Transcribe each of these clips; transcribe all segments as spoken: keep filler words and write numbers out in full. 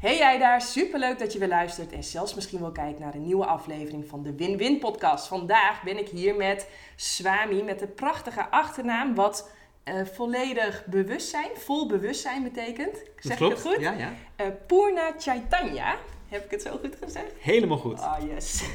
Hey jij daar, superleuk dat je weer luistert en zelfs misschien wel kijkt naar een nieuwe aflevering van de Win-Win podcast. Vandaag ben ik hier met Swami met de prachtige achternaam wat uh, volledig bewustzijn, vol bewustzijn betekent. Zeg ik het goed? Ja, ja. Uh, Purna Chaitanya, heb ik het zo goed gezegd? Helemaal goed. Ah, oh, yes.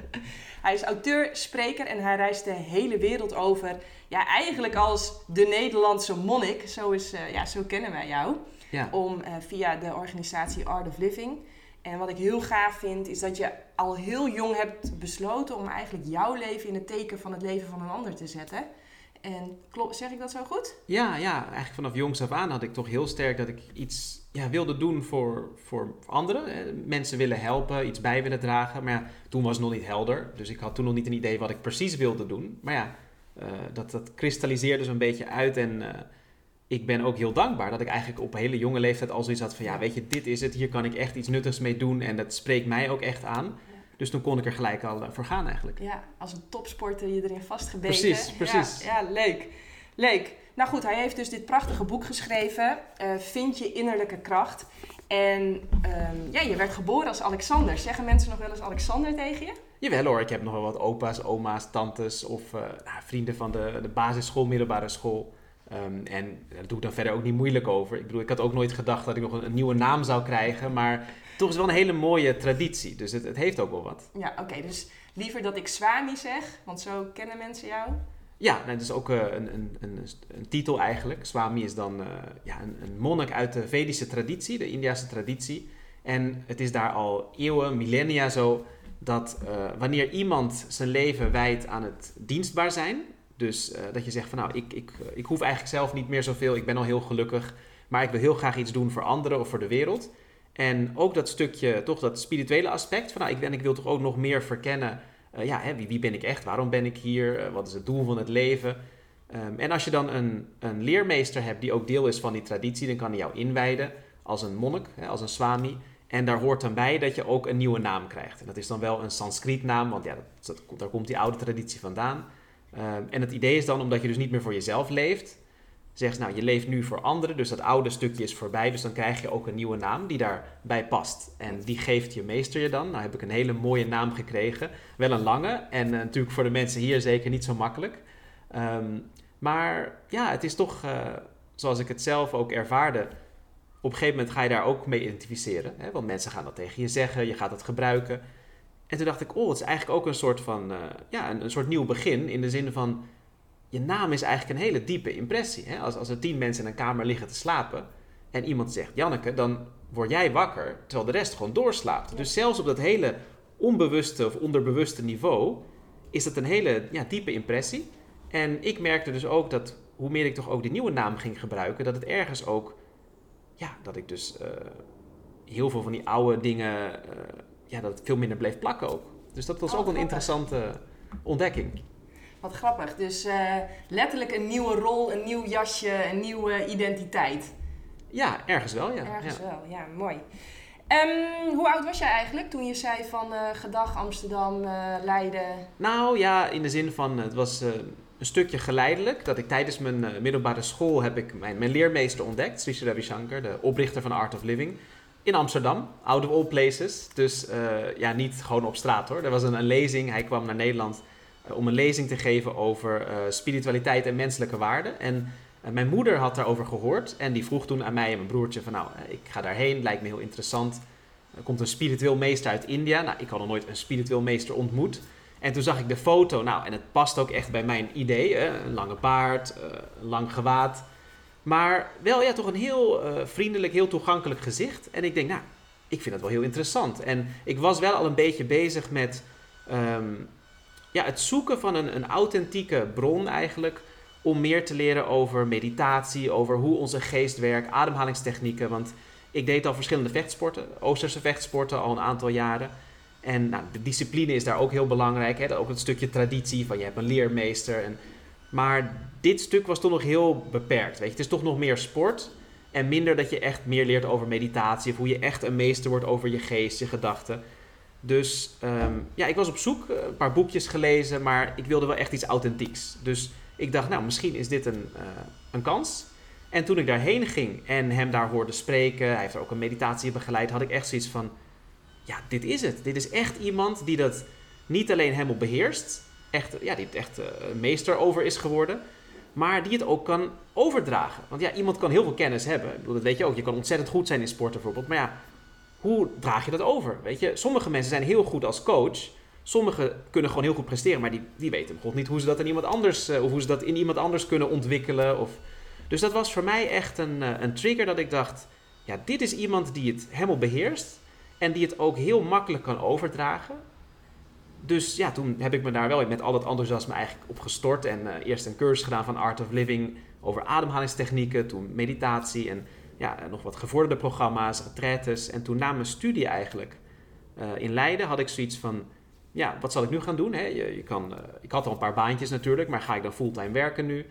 Hij is auteur, spreker en hij reist de hele wereld over. Ja, eigenlijk als de Nederlandse monnik, zo, is, uh, ja, zo kennen wij jou. Ja. Om uh, via de organisatie Art of Living. En wat ik heel gaaf vind, is dat je al heel jong hebt besloten om eigenlijk jouw leven in het teken van het leven van een ander te zetten. En klopt, zeg ik dat zo goed? Ja, ja, eigenlijk vanaf jongs af aan had ik toch heel sterk dat ik iets ja, wilde doen voor, voor anderen. Mensen willen helpen, iets bij willen dragen. Maar ja, toen was het nog niet helder. Dus ik had toen nog niet een idee wat ik precies wilde doen. Maar ja, uh, dat, dat kristalliseerde zo'n beetje uit en... Uh, Ik ben ook heel dankbaar dat ik eigenlijk op een hele jonge leeftijd al zoiets had van... ja, weet je, dit is het, hier kan ik echt iets nuttigs mee doen en dat spreekt mij ook echt aan. Ja. Dus toen kon ik er gelijk al voor gaan eigenlijk. Ja, als een topsporter je erin vastgebeten. Precies, precies. Ja, ja, leuk. Leuk. Nou goed, hij heeft dus dit prachtige boek geschreven, uh, Vind je innerlijke kracht. En um, ja, je werd geboren als Alexander. Zeggen mensen nog wel eens Alexander tegen je? Jawel hoor, ik heb nog wel wat opa's, oma's, tantes of uh, nou, vrienden van de, de basisschool, middelbare school... Um, en daar doe ik dan verder ook niet moeilijk over. Ik bedoel, ik had ook nooit gedacht dat ik nog een, een nieuwe naam zou krijgen. Maar toch is het wel een hele mooie traditie. Dus het, het heeft ook wel wat. Ja, oké. Okay, dus liever dat ik Swami zeg, want zo kennen mensen jou. Ja, nou, dat is ook uh, een, een, een, een titel eigenlijk. Swami is dan uh, ja, een, een monnik uit de Vedische traditie, de Indiase traditie. En het is daar al eeuwen, millennia zo, dat uh, wanneer iemand zijn leven wijdt aan het dienstbaar zijn... Dus uh, dat je zegt van nou, ik, ik, ik hoef eigenlijk zelf niet meer zoveel. Ik ben al heel gelukkig. Maar ik wil heel graag iets doen voor anderen of voor de wereld. En ook dat stukje, toch dat spirituele aspect. Van nou, ik, en ik wil toch ook nog meer verkennen. Uh, ja, hè, wie, wie ben ik echt? Waarom ben ik hier? Uh, wat is het doel van het leven? Um, en als je dan een, een leermeester hebt die ook deel is van die traditie. Dan kan hij jou inwijden als een monnik, hè, als een swami. En daar hoort dan bij dat je ook een nieuwe naam krijgt. En dat is dan wel een Sanskriet naam. Want ja, dat, dat, daar komt die oude traditie vandaan. Uh, en het idee is dan, omdat je dus niet meer voor jezelf leeft, zegt nou, je leeft nu voor anderen, dus dat oude stukje is voorbij, dus dan krijg je ook een nieuwe naam die daarbij past. En die geeft je meester je dan. Nou heb ik een hele mooie naam gekregen, wel een lange en uh, natuurlijk voor de mensen hier zeker niet zo makkelijk. Um, maar ja, het is toch, uh, zoals ik het zelf ook ervaarde, op een gegeven moment ga je daar ook mee identificeren. Hè? Want mensen gaan dat tegen je zeggen, je gaat het gebruiken. En toen dacht ik, oh, het is eigenlijk ook een soort van, uh, ja, een, een soort nieuw begin. In de zin van, je naam is eigenlijk een hele diepe impressie. Hè? Als, als er tien mensen in een kamer liggen te slapen en iemand zegt Janneke, dan word jij wakker, terwijl de rest gewoon doorslaapt. Ja. Dus zelfs op dat hele onbewuste of onderbewuste niveau is dat een hele ja, diepe impressie. En ik merkte dus ook dat, hoe meer ik toch ook die nieuwe naam ging gebruiken, dat het ergens ook, ja, dat ik dus uh, heel veel van die oude dingen... Uh, ja, dat het veel minder bleef plakken ook. Dus dat was oh, ook een interessante ontdekking. Wat grappig. Dus uh, letterlijk een nieuwe rol, een nieuw jasje, een nieuwe identiteit. Ja, ergens wel, ja. Ergens ja. wel, ja, mooi. Um, hoe oud was jij eigenlijk toen je zei van uh, gedag Amsterdam, uh, Leiden? Nou ja, in de zin van, het was uh, een stukje geleidelijk. Dat ik tijdens mijn uh, middelbare school heb ik mijn, mijn leermeester ontdekt. Sri Sri Ravi Shankar, de oprichter van Art of Living. In Amsterdam, out of all places. Dus uh, ja, niet gewoon op straat hoor. Er was een, een lezing, hij kwam naar Nederland uh, om een lezing te geven over uh, spiritualiteit en menselijke waarden. En uh, mijn moeder had daarover gehoord en die vroeg toen aan mij en mijn broertje van nou, uh, ik ga daarheen, lijkt me heel interessant. Er komt een spiritueel meester uit India. Nou, ik had nog nooit een spiritueel meester ontmoet. En toen zag ik de foto, nou, en het past ook echt bij mijn idee. Hè? Een lange baard, uh, een lang gewaad. Maar wel ja, toch een heel uh, vriendelijk, heel toegankelijk gezicht. En ik denk, nou, ik vind het wel heel interessant. En ik was wel al een beetje bezig met um, ja, het zoeken van een, een authentieke bron eigenlijk. Om meer te leren over meditatie, over hoe onze geest werkt, ademhalingstechnieken. Want ik deed al verschillende vechtsporten, Oosterse vechtsporten al een aantal jaren. En nou, de discipline is daar ook heel belangrijk. Hè? Ook het stukje traditie van je hebt een leermeester. En, maar dit stuk was toch nog heel beperkt. Weet je? Het is toch nog meer sport. En minder dat je echt meer leert over meditatie. Of hoe je echt een meester wordt over je geest, je gedachten. Dus um, ja, ik was op zoek. Een paar boekjes gelezen. Maar ik wilde wel echt iets authentieks. Dus ik dacht, nou, misschien is dit een, uh, een kans. En toen ik daarheen ging en hem daar hoorde spreken, hij heeft er ook een meditatie begeleid, had ik echt zoiets van, ja, dit is het. Dit is echt iemand die dat niet alleen helemaal beheerst, echt, ja, die het echt uh, meester over is geworden, maar die het ook kan overdragen. Want ja, iemand kan heel veel kennis hebben. Ik bedoel, dat weet je ook. Je kan ontzettend goed zijn in sport bijvoorbeeld. Maar ja, hoe draag je dat over? Weet je, sommige mensen zijn heel goed als coach. Sommigen kunnen gewoon heel goed presteren, maar die, die weten god niet hoe ze dat in iemand anders, uh, of hoe ze dat in iemand anders kunnen ontwikkelen. Of... Dus dat was voor mij echt een, uh, een trigger dat ik dacht, ja, dit is iemand die het helemaal beheerst en die het ook heel makkelijk kan overdragen. Dus ja, toen heb ik me daar wel met al dat enthousiasme eigenlijk op gestort. En uh, eerst een cursus gedaan van Art of Living over ademhalingstechnieken. Toen meditatie en ja, nog wat gevorderde programma's, retraites. En toen na mijn studie eigenlijk uh, in Leiden had ik zoiets van, ja, wat zal ik nu gaan doen? Hè? Je, je kan, uh, ik had al een paar baantjes natuurlijk, maar ga ik dan fulltime werken nu?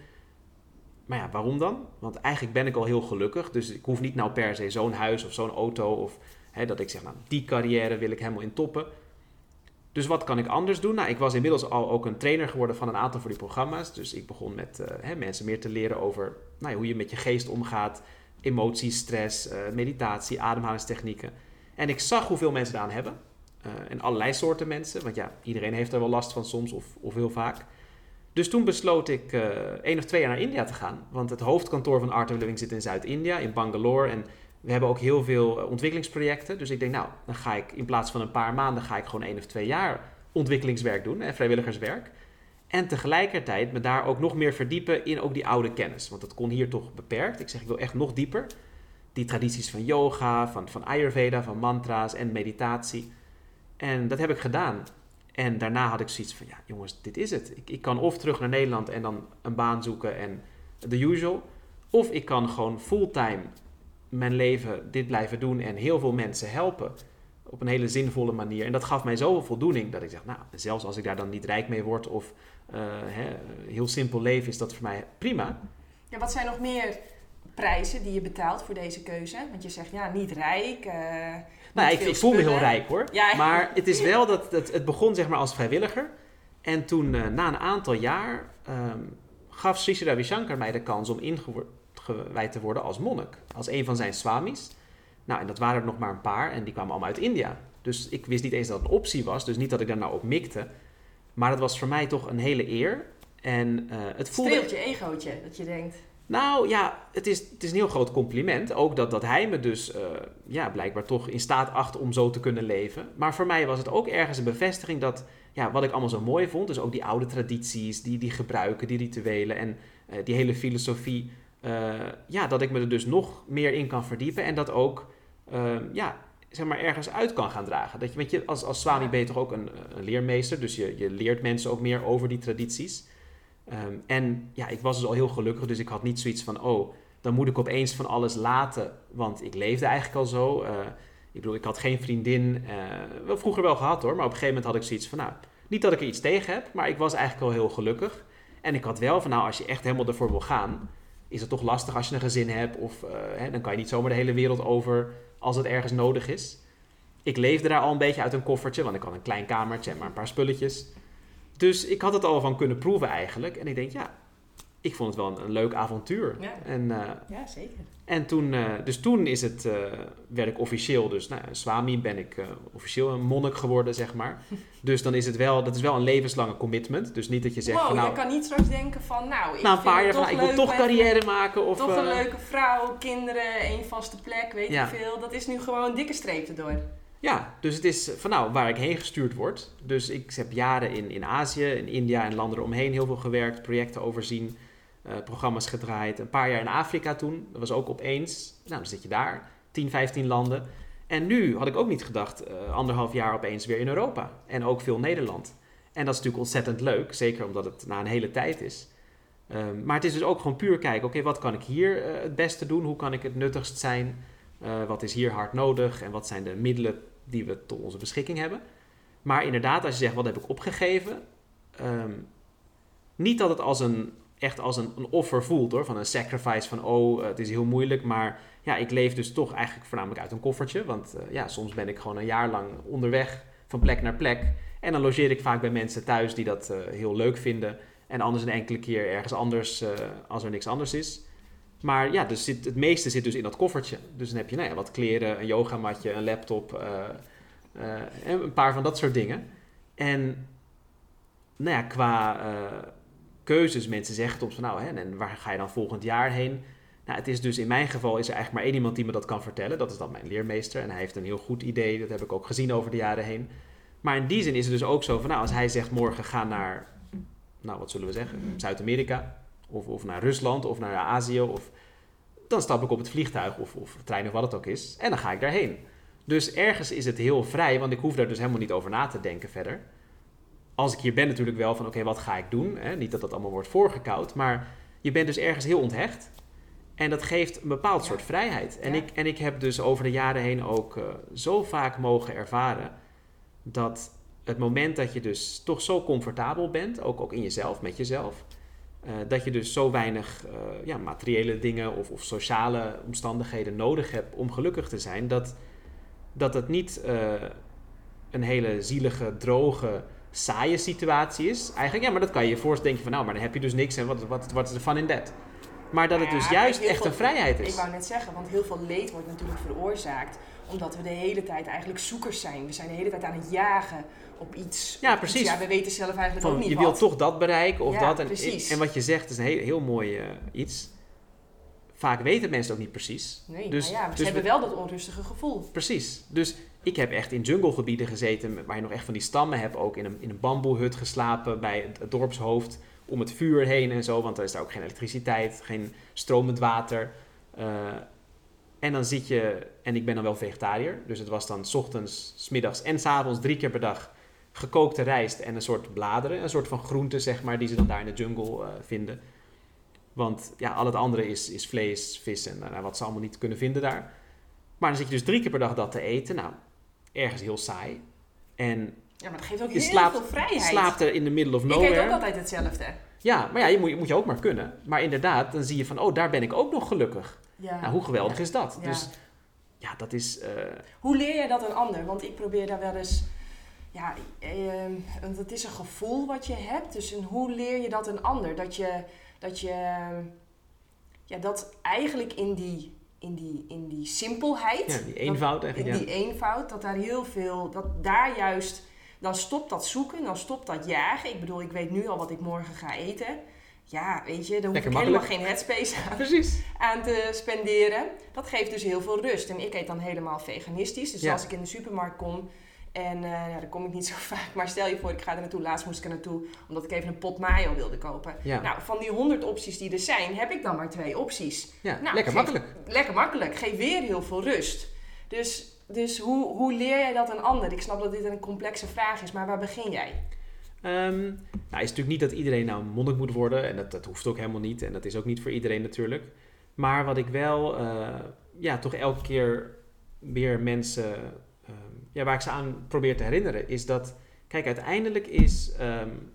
Maar ja, waarom dan? Want eigenlijk ben ik al heel gelukkig. Dus ik hoef niet nou per se zo'n huis of zo'n auto. Of hè, dat ik zeg, nou, die carrière wil ik helemaal in toppen. Dus wat kan ik anders doen? Nou, ik was inmiddels al ook een trainer geworden van een aantal van die programma's. Dus ik begon met uh, hè, mensen meer te leren over nou, hoe je met je geest omgaat. Emoties, stress, uh, meditatie, ademhalingstechnieken. En ik zag hoeveel mensen daaraan hebben. Uh, en allerlei soorten mensen. Want ja, iedereen heeft er wel last van soms of, of heel vaak. Dus toen besloot ik uh, één of twee jaar naar India te gaan. Want het hoofdkantoor van Art of Living zit in Zuid-India, in Bangalore. En we hebben ook heel veel uh, ontwikkelingsprojecten. Dus ik denk, nou, dan ga ik in plaats van een paar maanden, ga ik gewoon één of twee jaar ontwikkelingswerk doen, hè, vrijwilligerswerk. En tegelijkertijd me daar ook nog meer verdiepen in ook die oude kennis. Want dat kon hier toch beperkt. Ik zeg, ik wil echt nog dieper. Die tradities van yoga, van, van Ayurveda, van mantra's en meditatie. En dat heb ik gedaan. En daarna had ik zoiets van, ja jongens, dit is het. Ik, ik kan of terug naar Nederland en dan een baan zoeken en the usual. Of ik kan gewoon fulltime mijn leven dit blijven doen en heel veel mensen helpen. Op een hele zinvolle manier. En dat gaf mij zoveel voldoening dat ik zeg, nou, zelfs als ik daar dan niet rijk mee word of uh, hè, heel simpel leven, is dat voor mij prima. Ja, wat zijn nog meer prijzen die je betaalt voor deze keuze? Want je zegt, ja, niet rijk. Uh, nou, niet ik, ik voel me heel rijk hoor. Ja, ja. Maar het is wel dat, dat het begon zeg maar als vrijwilliger. En toen uh, na een aantal jaar um, gaf Sri Sri Ravi Shankar mij de kans om ingewijd te worden als monnik. Als een van zijn swamis. Nou, en dat waren er nog maar een paar en die kwamen allemaal uit India. Dus ik wist niet eens dat het een optie was. Dus niet dat ik daar nou op mikte. Maar het was voor mij toch een hele eer. En uh, het voelde... Streelt je egootje, dat je denkt... Nou ja, het is, het is een heel groot compliment. Ook dat, dat hij me dus uh, ja, blijkbaar toch in staat acht om zo te kunnen leven. Maar voor mij was het ook ergens een bevestiging dat ja, wat ik allemaal zo mooi vond. Dus ook die oude tradities, die, die gebruiken, die rituelen en uh, die hele filosofie. Uh, ja, dat ik me er dus nog meer in kan verdiepen. En dat ook uh, ja, zeg maar ergens uit kan gaan dragen. Dat je, want je, als, als swami ben je toch ook een, een leermeester. Dus je, je leert mensen ook meer over die tradities. Um, en ja, ik was dus al heel gelukkig, dus ik had niet zoiets van, oh, dan moet ik opeens van alles laten, want ik leefde eigenlijk al zo. Uh, ik bedoel, ik had geen vriendin, uh, wel vroeger wel gehad hoor, maar op een gegeven moment had ik zoiets van, nou, niet dat ik er iets tegen heb, maar ik was eigenlijk al heel gelukkig. En ik had wel van, nou, als je echt helemaal ervoor wil gaan, is het toch lastig als je een gezin hebt, of uh, hè, dan kan je niet zomaar de hele wereld over als het ergens nodig is. Ik leefde daar al een beetje uit een koffertje, want ik had een klein kamertje en maar een paar spulletjes. Dus ik had het al van kunnen proeven eigenlijk. En ik denk, ja, ik vond het wel een, een leuk avontuur. Ja, en, uh, ja zeker. En toen, uh, dus toen is het, uh, werd ik officieel, dus nou, swami ben ik uh, officieel een monnik geworden, zeg maar. Dus dan is het wel, dat is wel een levenslange commitment. Dus niet dat je zegt wow, van nou... je kan niet straks denken van, nou, ik nou, een paar jaar van, toch nou, ik wil toch carrière maken. Of, toch uh, een leuke vrouw, kinderen, één vaste plek, weet ja. ik veel. Dat is nu gewoon een dikke streep erdoor. Ja, dus het is van nou waar ik heen gestuurd word. Dus ik heb jaren in, in Azië, in India en landen eromheen heel veel gewerkt, projecten overzien, uh, programma's gedraaid. Een paar jaar in Afrika toen, dat was ook opeens. Nou, dan zit je daar, tien, vijftien landen. En nu had ik ook niet gedacht, uh, anderhalf jaar opeens weer in Europa. En ook veel Nederland. En dat is natuurlijk ontzettend leuk, zeker omdat het na een hele tijd is. Um, maar het is dus ook gewoon puur kijken, oké, okay, wat kan ik hier uh, het beste doen? Hoe kan ik het nuttigst zijn? Uh, wat is hier hard nodig en wat zijn de middelen die we tot onze beschikking hebben. Maar inderdaad, als je zegt, wat heb ik opgegeven? Um, niet dat het als een, echt als een, een offer voelt, hoor. Van een sacrifice van, oh, uh, het is heel moeilijk. Maar ja, ik leef dus toch eigenlijk voornamelijk uit een koffertje. Want uh, ja, soms ben ik gewoon een jaar lang onderweg van plek naar plek. En dan logeer ik vaak bij mensen thuis die dat uh, heel leuk vinden. En anders een enkele keer ergens anders uh, als er niks anders is. Maar ja, dus zit, het meeste zit dus in dat koffertje. Dus dan heb je nou ja, wat kleren, een yogamatje, een laptop, uh, uh, en een paar van dat soort dingen. En nou ja, qua uh, keuzes, mensen zeggen soms van nou, hè, en waar ga je dan volgend jaar heen? Nou, het is dus in mijn geval is er eigenlijk maar één iemand die me dat kan vertellen. Dat is dan mijn leermeester en hij heeft een heel goed idee. Dat heb ik ook gezien over de jaren heen. Maar in die zin is het dus ook zo van nou, als hij zegt morgen ga naar, nou wat zullen we zeggen, Zuid-Amerika of, of naar Rusland of naar Azië of dan stap ik op het vliegtuig of, of trein of wat het ook is en dan ga ik daarheen. Dus ergens is het heel vrij, want ik hoef daar dus helemaal niet over na te denken verder. Als ik hier ben natuurlijk wel van oké, okay, wat ga ik doen? Hè? Niet dat dat allemaal wordt voorgekoud, maar je bent dus ergens heel onthecht. En dat geeft een bepaald ja. soort vrijheid. En, ja. ik, en ik heb dus over de jaren heen ook uh, zo vaak mogen ervaren dat het moment dat je dus toch zo comfortabel bent, ook, ook in jezelf, met jezelf, uh, dat je dus zo weinig uh, ja, materiële dingen of, of sociale omstandigheden nodig hebt om gelukkig te zijn, dat, dat het niet uh, een hele zielige, droge, saaie situatie is. Eigenlijk, ja, maar dat kan je je voorstellen, denk je van nou, maar dan heb je dus niks en wat, wat, wat is er van in dat? Maar dat het dus ja, juist echt veel, een vrijheid is. Ik wou net zeggen, want heel veel leed wordt natuurlijk veroorzaakt omdat we de hele tijd eigenlijk zoekers zijn. We zijn de hele tijd aan het jagen op iets. Ja, op precies. Iets, ja, we weten zelf eigenlijk van, ook niet je wat. wilt toch dat bereiken of ja, dat. En, precies. en wat je zegt is een heel, heel mooi uh, iets. Vaak weten mensen ook niet precies. Nee, dus, nou ja, ze dus hebben we, wel dat onrustige gevoel. Precies. Dus ik heb echt in junglegebieden gezeten waar je nog echt van die stammen hebt. Ook in een, in een bamboehut geslapen bij het, het dorpshoofd. Om het vuur heen en zo, want er is daar ook geen elektriciteit, geen stromend water. Uh, en dan zit je, en ik ben dan wel vegetariër, dus het was dan 's ochtends, 's middags en 's avonds drie keer per dag gekookte rijst en een soort bladeren, een soort van groente zeg maar, die ze dan daar in de jungle uh, vinden. Want ja, al het andere is, is vlees, vis en uh, wat ze allemaal niet kunnen vinden daar. Maar dan zit je dus drie keer per dag dat te eten, nou, ergens heel saai. En ja, maar dat geeft ook je heel slaapt, veel vrijheid. Je slaapt er in the middle of nowhere. Ik eet ook altijd hetzelfde. Ja, maar ja, je moet, moet je ook maar kunnen. Maar inderdaad, dan zie je van, oh, daar ben ik ook nog gelukkig. Ja. Nou, hoe geweldig ja. is dat? Ja. Dus ja, dat is... Uh... Hoe leer jij dat een ander? Want ik probeer daar wel eens... Ja, eh, want het is een gevoel wat je hebt. Dus en hoe leer je dat een ander? Dat je... Dat je... Ja, dat eigenlijk in die... In die, in die simpelheid... Ja, die eenvoud eigenlijk, In die ja. eenvoud, dat daar heel veel... Dat daar juist... Dan stopt dat zoeken, dan stopt dat jagen. Ik bedoel, ik weet nu al wat ik morgen ga eten. Ja, weet je, daar hoef Lekker ik makkelijk. helemaal geen headspace aan, Precies. aan te spenderen. Dat geeft dus heel veel rust. En ik eet dan helemaal veganistisch. Dus ja. als ik in de supermarkt kom... En uh, ja, daar kom ik niet zo vaak. Maar stel je voor, ik ga er naartoe. Laatst moest ik er naartoe, omdat ik even een pot mayo wilde kopen. Ja. Nou, van die honderd opties die er zijn, heb ik dan maar twee opties. Ja, nou, lekker geef, makkelijk. Lekker makkelijk. Geef weer heel veel rust. Dus... Dus hoe, hoe leer jij dat een ander? Ik snap dat dit een complexe vraag is, maar waar begin jij? Um, nou, het is natuurlijk niet dat iedereen nou monnik moet worden. En dat, dat hoeft ook helemaal niet. En dat is ook niet voor iedereen natuurlijk. Maar wat ik wel, uh, ja, toch elke keer weer mensen, uh, ja, waar ik ze aan probeer te herinneren, is dat, kijk, uiteindelijk is, um,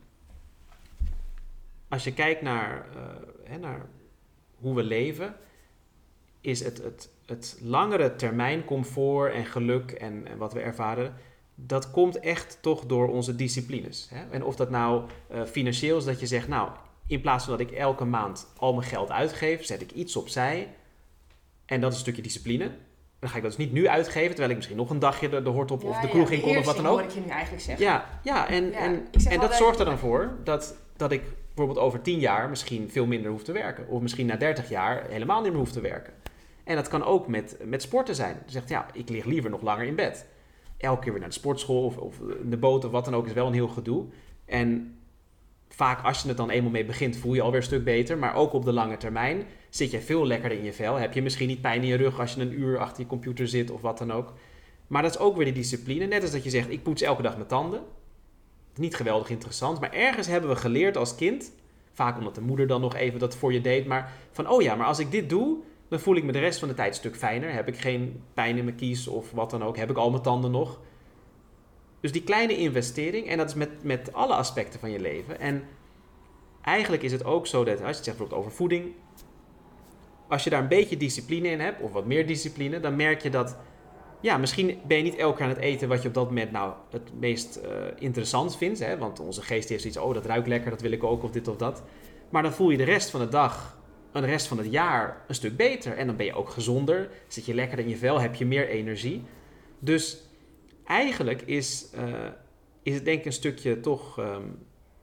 als je kijkt naar, uh, hè, naar hoe we leven, is het, het, het langere termijn comfort en geluk en, en wat we ervaren, dat komt echt toch door onze disciplines. Hè? En of dat nou uh, financieel is, dat je zegt, nou, in plaats van dat ik elke maand al mijn geld uitgeef, zet ik iets opzij. En dat is een stukje discipline. Dan ga ik dat dus niet nu uitgeven, terwijl ik misschien nog een dagje de, de hort op ja, of de kroeg ja, in kon of wat dan ook. Hoor ik je nu eigenlijk zeggen. Ja, ja en, ja, en, en dat zorgt er dan voor dat, dat ik bijvoorbeeld over tien jaar misschien veel minder hoef te werken. Of misschien na dertig jaar helemaal niet meer hoef te werken. En dat kan ook met, met sporten zijn. Je zegt, ja, ik lig liever nog langer in bed. Elke keer weer naar de sportschool of, of de boot of wat dan ook is wel een heel gedoe. En vaak als je het dan eenmaal mee begint, voel je alweer een stuk beter. Maar ook op de lange termijn zit je veel lekkerder in je vel. Heb je misschien niet pijn in je rug als je een uur achter je computer zit of wat dan ook. Maar dat is ook weer die discipline. Net als dat je zegt, ik poets elke dag mijn tanden. Niet geweldig interessant, maar ergens hebben we geleerd als kind, vaak omdat de moeder dan nog even dat voor je deed, maar van, oh ja, maar als ik dit doe, dan voel ik me de rest van de tijd een stuk fijner. Heb ik geen pijn in mijn kies of wat dan ook. Heb ik al mijn tanden nog. Dus die kleine investering, en dat is met, met alle aspecten van je leven. En eigenlijk is het ook zo dat, als je het zegt bijvoorbeeld over voeding, als je daar een beetje discipline in hebt, of wat meer discipline, dan merk je dat, ja, misschien ben je niet elke keer aan het eten wat je op dat moment nou het meest uh, interessant vindt. Hè? Want onze geest heeft zoiets, oh, dat ruikt lekker, dat wil ik ook, of dit of dat. Maar dan voel je de rest van de dag een rest van het jaar een stuk beter. En dan ben je ook gezonder, zit je lekker in je vel, heb je meer energie. Dus eigenlijk is, uh, is het denk ik een stukje toch, um,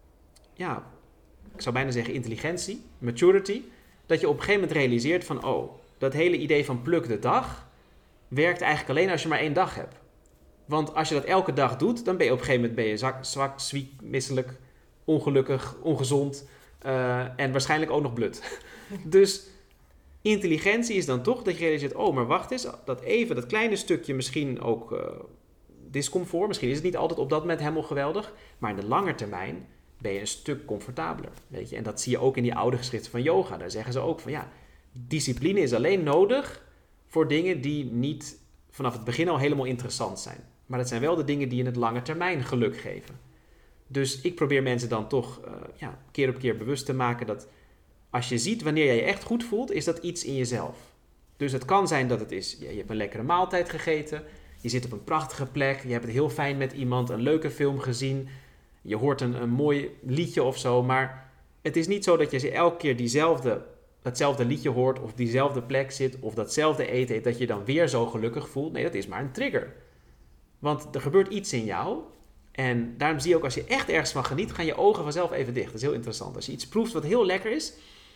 ja, ik zou bijna zeggen intelligentie, maturity. Dat je op een gegeven moment realiseert van, oh, dat hele idee van pluk de dag werkt eigenlijk alleen als je maar één dag hebt. Want als je dat elke dag doet, dan ben je op een gegeven moment ben je zwak, zwak zwiek, misselijk, ongelukkig, ongezond uh, en waarschijnlijk ook nog blut. Dus intelligentie is dan toch dat je realiseert, oh, maar wacht eens, dat even, dat kleine stukje misschien ook uh, discomfort, misschien is het niet altijd op dat moment helemaal geweldig, maar in de lange termijn ben je een stuk comfortabeler, weet je. En dat zie je ook in die oude geschriften van yoga. Daar zeggen ze ook van, ja, discipline is alleen nodig voor dingen die niet vanaf het begin al helemaal interessant zijn. Maar dat zijn wel de dingen die in het lange termijn geluk geven. Dus ik probeer mensen dan toch uh, ja, keer op keer bewust te maken dat als je ziet wanneer jij je echt goed voelt, is dat iets in jezelf. Dus het kan zijn dat het is, je hebt een lekkere maaltijd gegeten, je zit op een prachtige plek, je hebt het heel fijn met iemand, een leuke film gezien, je hoort een, een mooi liedje of zo, maar het is niet zo dat je elke keer diezelfde, datzelfde liedje hoort of diezelfde plek zit of datzelfde eten eet, dat je dan weer zo gelukkig voelt. Nee, dat is maar een trigger. Want er gebeurt iets in jou en daarom zie je ook als je echt ergens van geniet, gaan je ogen vanzelf even dicht. Dat is heel interessant. Als je iets proeft wat heel lekker is,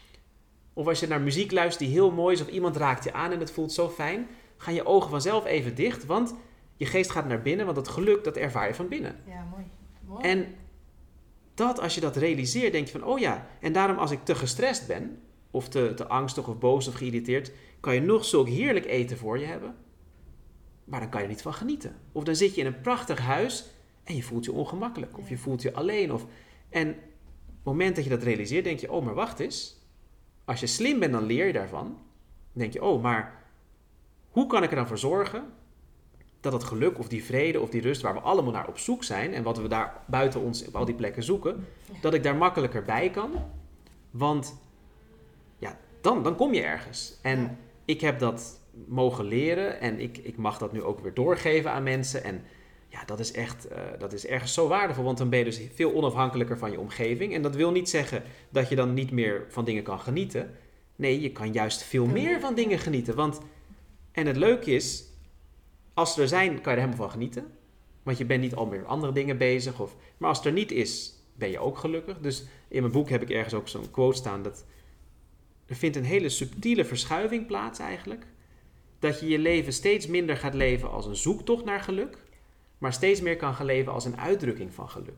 of als je naar muziek luistert die heel mooi is, of iemand raakt je aan en het voelt zo fijn, gaan je ogen vanzelf even dicht, want je geest gaat naar binnen, want dat geluk, dat ervaar je van binnen. Ja, mooi. mooi. En dat, als je dat realiseert, denk je van, oh ja, en daarom als ik te gestrest ben, of te, te angstig of boos of geïrriteerd, kan je nog zulk heerlijk eten voor je hebben, maar dan kan je er niet van genieten. Of dan zit je in een prachtig huis en je voelt je ongemakkelijk, of je voelt je alleen. Of, en op het moment dat je dat realiseert, denk je, oh, maar wacht eens. Als je slim bent, dan leer je daarvan. Dan denk je, oh, maar hoe kan ik er dan voor zorgen dat het geluk of die vrede of die rust waar we allemaal naar op zoek zijn en wat we daar buiten ons op al die plekken zoeken, dat ik daar makkelijker bij kan. Want ja, dan, dan kom je ergens. En ik heb dat mogen leren en ik, ik mag dat nu ook weer doorgeven aan mensen. En ja, dat is echt, uh, dat is ergens zo waardevol, want dan ben je dus veel onafhankelijker van je omgeving. En dat wil niet zeggen dat je dan niet meer van dingen kan genieten. Nee, je kan juist veel meer van dingen genieten. Want, en het leuke is, als ze er zijn, kan je er helemaal van genieten. Want je bent niet al meer andere dingen bezig. Of, maar als het er niet is, ben je ook gelukkig. Dus in mijn boek heb ik ergens ook zo'n quote staan dat er vindt een hele subtiele verschuiving plaats eigenlijk. Dat je je leven steeds minder gaat leven als een zoektocht naar geluk, maar steeds meer kan gaan leven als een uitdrukking van geluk.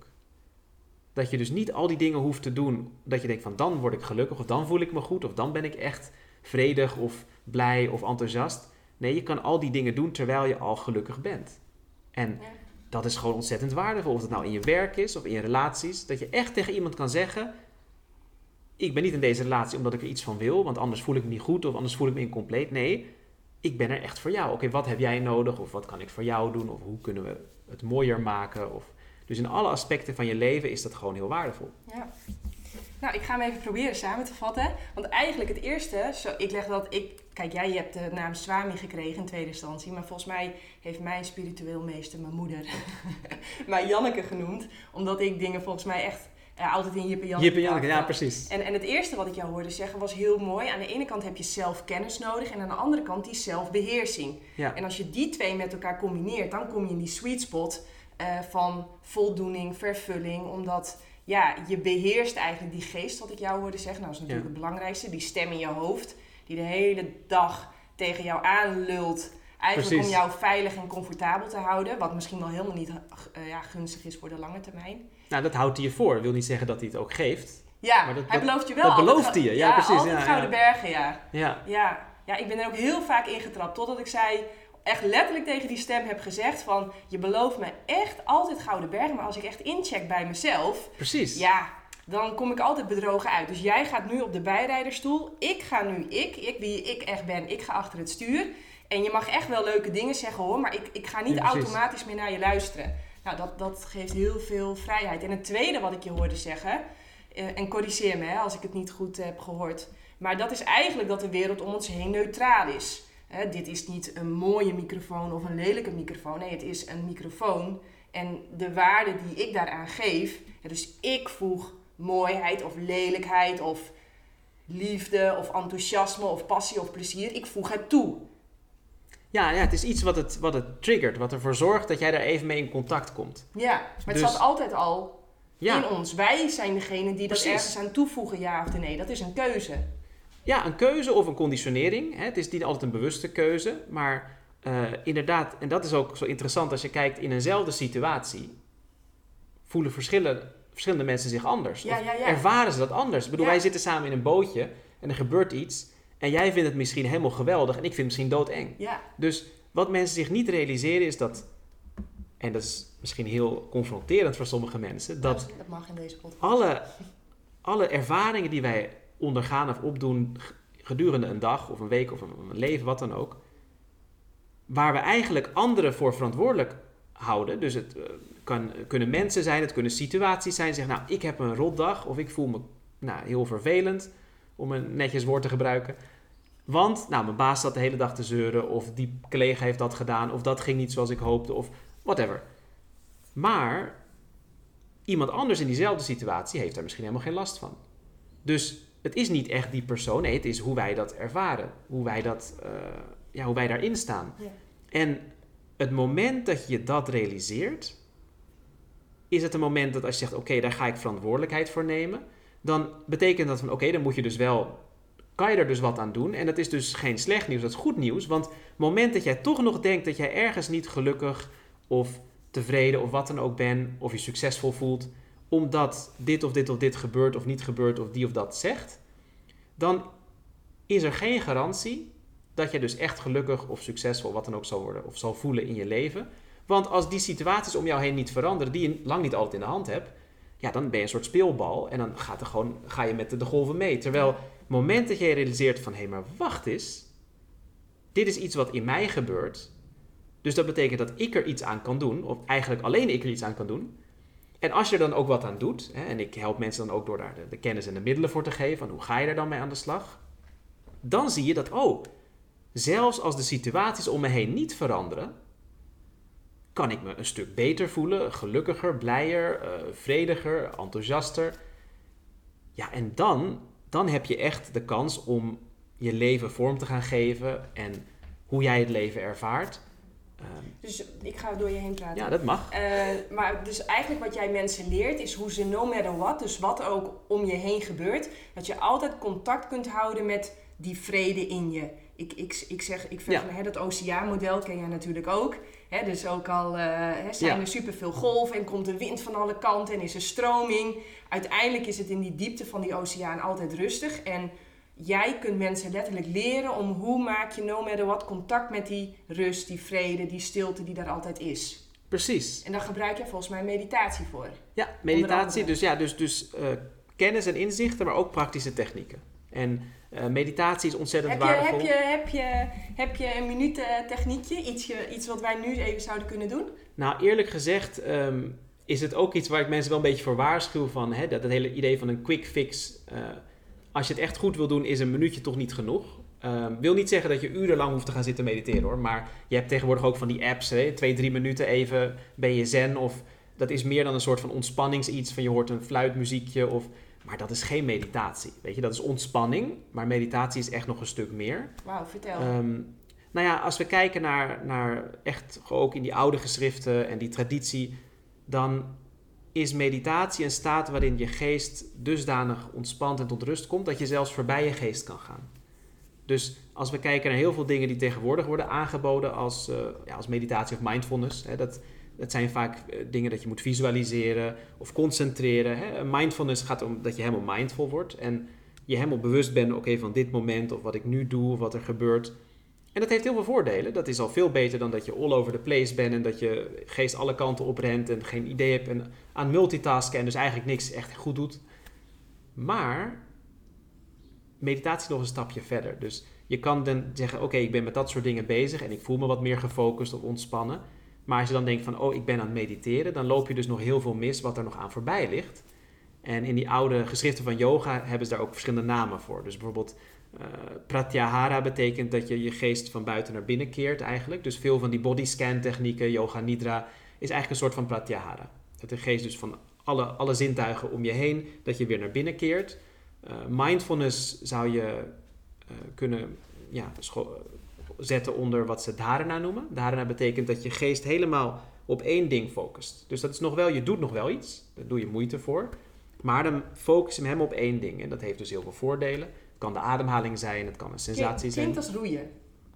Dat je dus niet al die dingen hoeft te doen, dat je denkt van dan word ik gelukkig, of dan voel ik me goed, of dan ben ik echt vredig, of blij, of enthousiast. Nee, je kan al die dingen doen terwijl je al gelukkig bent. En ja. dat is gewoon ontzettend waardevol. Of het nou in je werk is, of in je relaties. Dat je echt tegen iemand kan zeggen, ik ben niet in deze relatie omdat ik er iets van wil, want anders voel ik me niet goed, of anders voel ik me incompleet. Nee, ik ben er echt voor jou. Oké, okay, wat heb jij nodig? Of wat kan ik voor jou doen? Of hoe kunnen we het mooier maken? Of, dus in alle aspecten van je leven is dat gewoon heel waardevol. Ja. Nou, ik ga hem even proberen samen te vatten. Want eigenlijk het eerste, zo, ik leg dat ik... Kijk, jij hebt de naam Swami gekregen in tweede instantie. Maar volgens mij heeft mijn spiritueel meester, mijn moeder, mij Janneke genoemd. Omdat ik dingen volgens mij echt... Ja, altijd in Jip en Janneke. Jip en Janneke, ja, precies. En, en het eerste wat ik jou hoorde zeggen was heel mooi. Aan de ene kant heb je zelfkennis nodig en aan de andere kant die zelfbeheersing. Ja. En als je die twee met elkaar combineert, dan kom je in die sweet spot uh, van voldoening, vervulling. Omdat ja, je beheerst eigenlijk die geest, wat ik jou hoorde zeggen. Nou, dat is natuurlijk ja. het belangrijkste. Die stem in je hoofd, die de hele dag tegen jou aanlult. Eigenlijk Precies. om jou veilig en comfortabel te houden. Wat misschien wel helemaal niet uh, ja, gunstig is voor de lange termijn. Nou, dat houdt hij je voor. Dat wil niet zeggen dat hij het ook geeft. Ja, maar dat, hij dat, belooft je wel. Dat belooft hij je, ja, ja precies. Altijd ja, Gouden ja. Bergen, ja. Ja. ja. Ja, ik ben er ook heel vaak ingetrapt. Totdat ik zei, echt letterlijk tegen die stem heb gezegd van... Je belooft me echt altijd Gouden Bergen. Maar als ik echt incheck bij mezelf... Precies. Ja, dan kom ik altijd bedrogen uit. Dus jij gaat nu op de bijrijderstoel. Ik ga nu, ik, ik wie ik echt ben, ik ga achter het stuur... En je mag echt wel leuke dingen zeggen hoor, maar ik, ik ga niet ja, automatisch meer naar je luisteren. Nou, dat, dat geeft heel veel vrijheid. En het tweede wat ik je hoorde zeggen, uh, en corrigeer me hè, als ik het niet goed heb gehoord. Maar dat is eigenlijk dat de wereld om ons heen neutraal is. Hè, dit is niet een mooie microfoon of een lelijke microfoon. Nee, het is een microfoon. En de waarde die ik daaraan geef, ja, dus ik voeg mooiheid of lelijkheid of... liefde of enthousiasme of passie of plezier. Ik voeg het toe. Ja, ja, het is iets wat het, wat het triggert, wat ervoor zorgt dat jij daar even mee in contact komt. Ja, maar het Dus- zat altijd al Ja, in ons. Wij zijn degene die dat Precies. ergens aan toevoegen, ja of nee. Dat is een keuze. ja, een keuze of een conditionering. Hè. Het is niet altijd een bewuste keuze, maar uh, inderdaad, en dat is ook zo interessant als je kijkt in eenzelfde situatie, voelen verschillen, verschillende mensen zich anders. Ja, Of ja, ja. ervaren ze dat anders. Ik bedoel, Ja. wij zitten samen in een bootje en er gebeurt iets en jij vindt het misschien helemaal geweldig en ik vind het misschien doodeng. Ja, Dus wat mensen zich niet realiseren is dat, en dat is misschien heel confronterend voor sommige mensen, dat dat mag in deze podcast. alle, alle ervaringen die wij ondergaan of opdoen gedurende een dag of een week of een, een leven, wat dan ook, waar we eigenlijk anderen voor verantwoordelijk houden. Dus het uh, kan, kunnen mensen zijn, het kunnen situaties zijn. Zeggen, nou, ik heb een rotdag of ik voel me nou, heel vervelend, om een netjes woord te gebruiken. Want, nou, mijn baas zat de hele dag te zeuren of die collega heeft dat gedaan of dat ging niet zoals ik hoopte of whatever. Maar iemand anders in diezelfde situatie heeft daar misschien helemaal geen last van. Dus het is niet echt die persoon, nee, het is hoe wij dat ervaren. Hoe wij, dat, uh, ja, hoe wij daarin staan. Ja. En het moment dat je dat realiseert, is het een moment dat als je zegt, oké, okay, daar ga ik verantwoordelijkheid voor nemen. Dan betekent dat van, oké, okay, dan moet je dus wel, kan je er dus wat aan doen. En dat is dus geen slecht nieuws, dat is goed nieuws. Want het moment dat jij toch nog denkt dat jij ergens niet gelukkig of tevreden of wat dan ook bent, of je succesvol voelt, omdat dit of dit of dit gebeurt of niet gebeurt of die of dat zegt, dan is er geen garantie dat je dus echt gelukkig of succesvol wat dan ook zal worden of zal voelen in je leven. Want als die situaties om jou heen niet veranderen, die je lang niet altijd in de hand hebt, ja, dan ben je een soort speelbal en dan gaat er gewoon, ga je met de, de golven mee. Terwijl het moment dat je realiseert van, hé, hey, maar wacht eens, dit is iets wat in mij gebeurt. Dus dat betekent dat ik er iets aan kan doen, of eigenlijk alleen ik er iets aan kan doen. En als je er dan ook wat aan doet, hè, en ik help mensen dan ook door daar de, de kennis en de middelen voor te geven, van hoe ga je er dan mee aan de slag, dan zie je dat, oh, zelfs als de situaties om me heen niet veranderen, kan ik me een stuk beter voelen, gelukkiger, blijer, uh, vrediger, enthousiaster. Ja, en dan, dan heb je echt de kans om je leven vorm te gaan geven en hoe jij het leven ervaart. Um, Dus ik ga door je heen praten. ja, dat mag. Uh, maar dus eigenlijk wat jij mensen leert is hoe ze no matter what, dus wat ook om je heen gebeurt, dat je altijd contact kunt houden met die vrede in je. Ik, ik, ik zeg, ik vind, Ja. hè, dat oceaanmodel ken jij natuurlijk ook. Hè, dus ook al uh, hè, zijn Ja. er superveel golven en komt de wind van alle kanten en is er stroming. Uiteindelijk is het in die diepte van die oceaan altijd rustig. En jij kunt mensen letterlijk leren om hoe maak je no matter what contact met die rust, die vrede, die stilte die daar altijd is. Precies. En daar gebruik je volgens mij meditatie voor. Ja, meditatie. andere. Dus ja, dus, dus uh, kennis en inzichten, maar ook praktische technieken. En uh, meditatie is ontzettend Heb je, waardevol. heb, je, heb, je, heb je een minuut uh, techniekje? Iets, iets wat wij nu even zouden kunnen doen? Nou, eerlijk gezegd um, is het ook iets waar ik mensen wel een beetje voor waarschuw van, hè, dat, dat hele idee van een quick fix. Uh, als je het echt goed wil doen, is een minuutje toch niet genoeg. Um, wil niet zeggen dat je urenlang hoeft te gaan zitten mediteren hoor. Maar je hebt tegenwoordig ook van die apps, hè, twee, drie minuten even ben je zen. Of dat is meer dan een soort van ontspanningsiets van je hoort een fluitmuziekje. Of, maar dat is geen meditatie. Weet je, dat is ontspanning. Maar meditatie is echt nog een stuk meer. Wauw, vertel. Um, nou ja, als we kijken naar, naar echt ook in die oude geschriften en die traditie, dan is meditatie een staat waarin je geest dusdanig ontspant en tot rust komt, dat je zelfs voorbij je geest kan gaan. Dus als we kijken naar heel veel dingen die tegenwoordig worden aangeboden als, uh, ja, als meditatie of mindfulness, hè, dat, dat zijn vaak uh, dingen dat je moet visualiseren of concentreren. Hè. Mindfulness gaat om dat je helemaal mindful wordt en je helemaal bewust bent, oké, okay, van dit moment of wat ik nu doe of wat er gebeurt. En dat heeft heel veel voordelen. Dat is al veel beter dan dat je all over the place bent en dat je geest alle kanten oprent en geen idee hebt en aan multitasken en dus eigenlijk niks echt goed doet. Maar meditatie nog een stapje verder. Dus je kan dan zeggen, oké, okay, ik ben met dat soort dingen bezig en ik voel me wat meer gefocust of ontspannen. Maar als je dan denkt van, oh, ik ben aan het mediteren, dan loop je dus nog heel veel mis wat er nog aan voorbij ligt. En in die oude geschriften van yoga hebben ze daar ook verschillende namen voor. Dus bijvoorbeeld uh, pratyahara betekent dat je je geest van buiten naar binnen keert eigenlijk. Dus veel van die bodyscan technieken, yoga nidra, is eigenlijk een soort van pratyahara. Dat de geest dus van alle, alle zintuigen om je heen, dat je weer naar binnen keert. Uh, mindfulness zou je uh, kunnen ja, scho- zetten onder wat ze dharana noemen. Dharana betekent dat je geest helemaal op één ding focust. Dus dat is nog wel, je doet nog wel iets. Daar doe je moeite voor. Maar dan focus je hem helemaal op één ding. En dat heeft dus heel veel voordelen. Het kan de ademhaling zijn, het kan een sensatie zijn. Klinkt als roeien.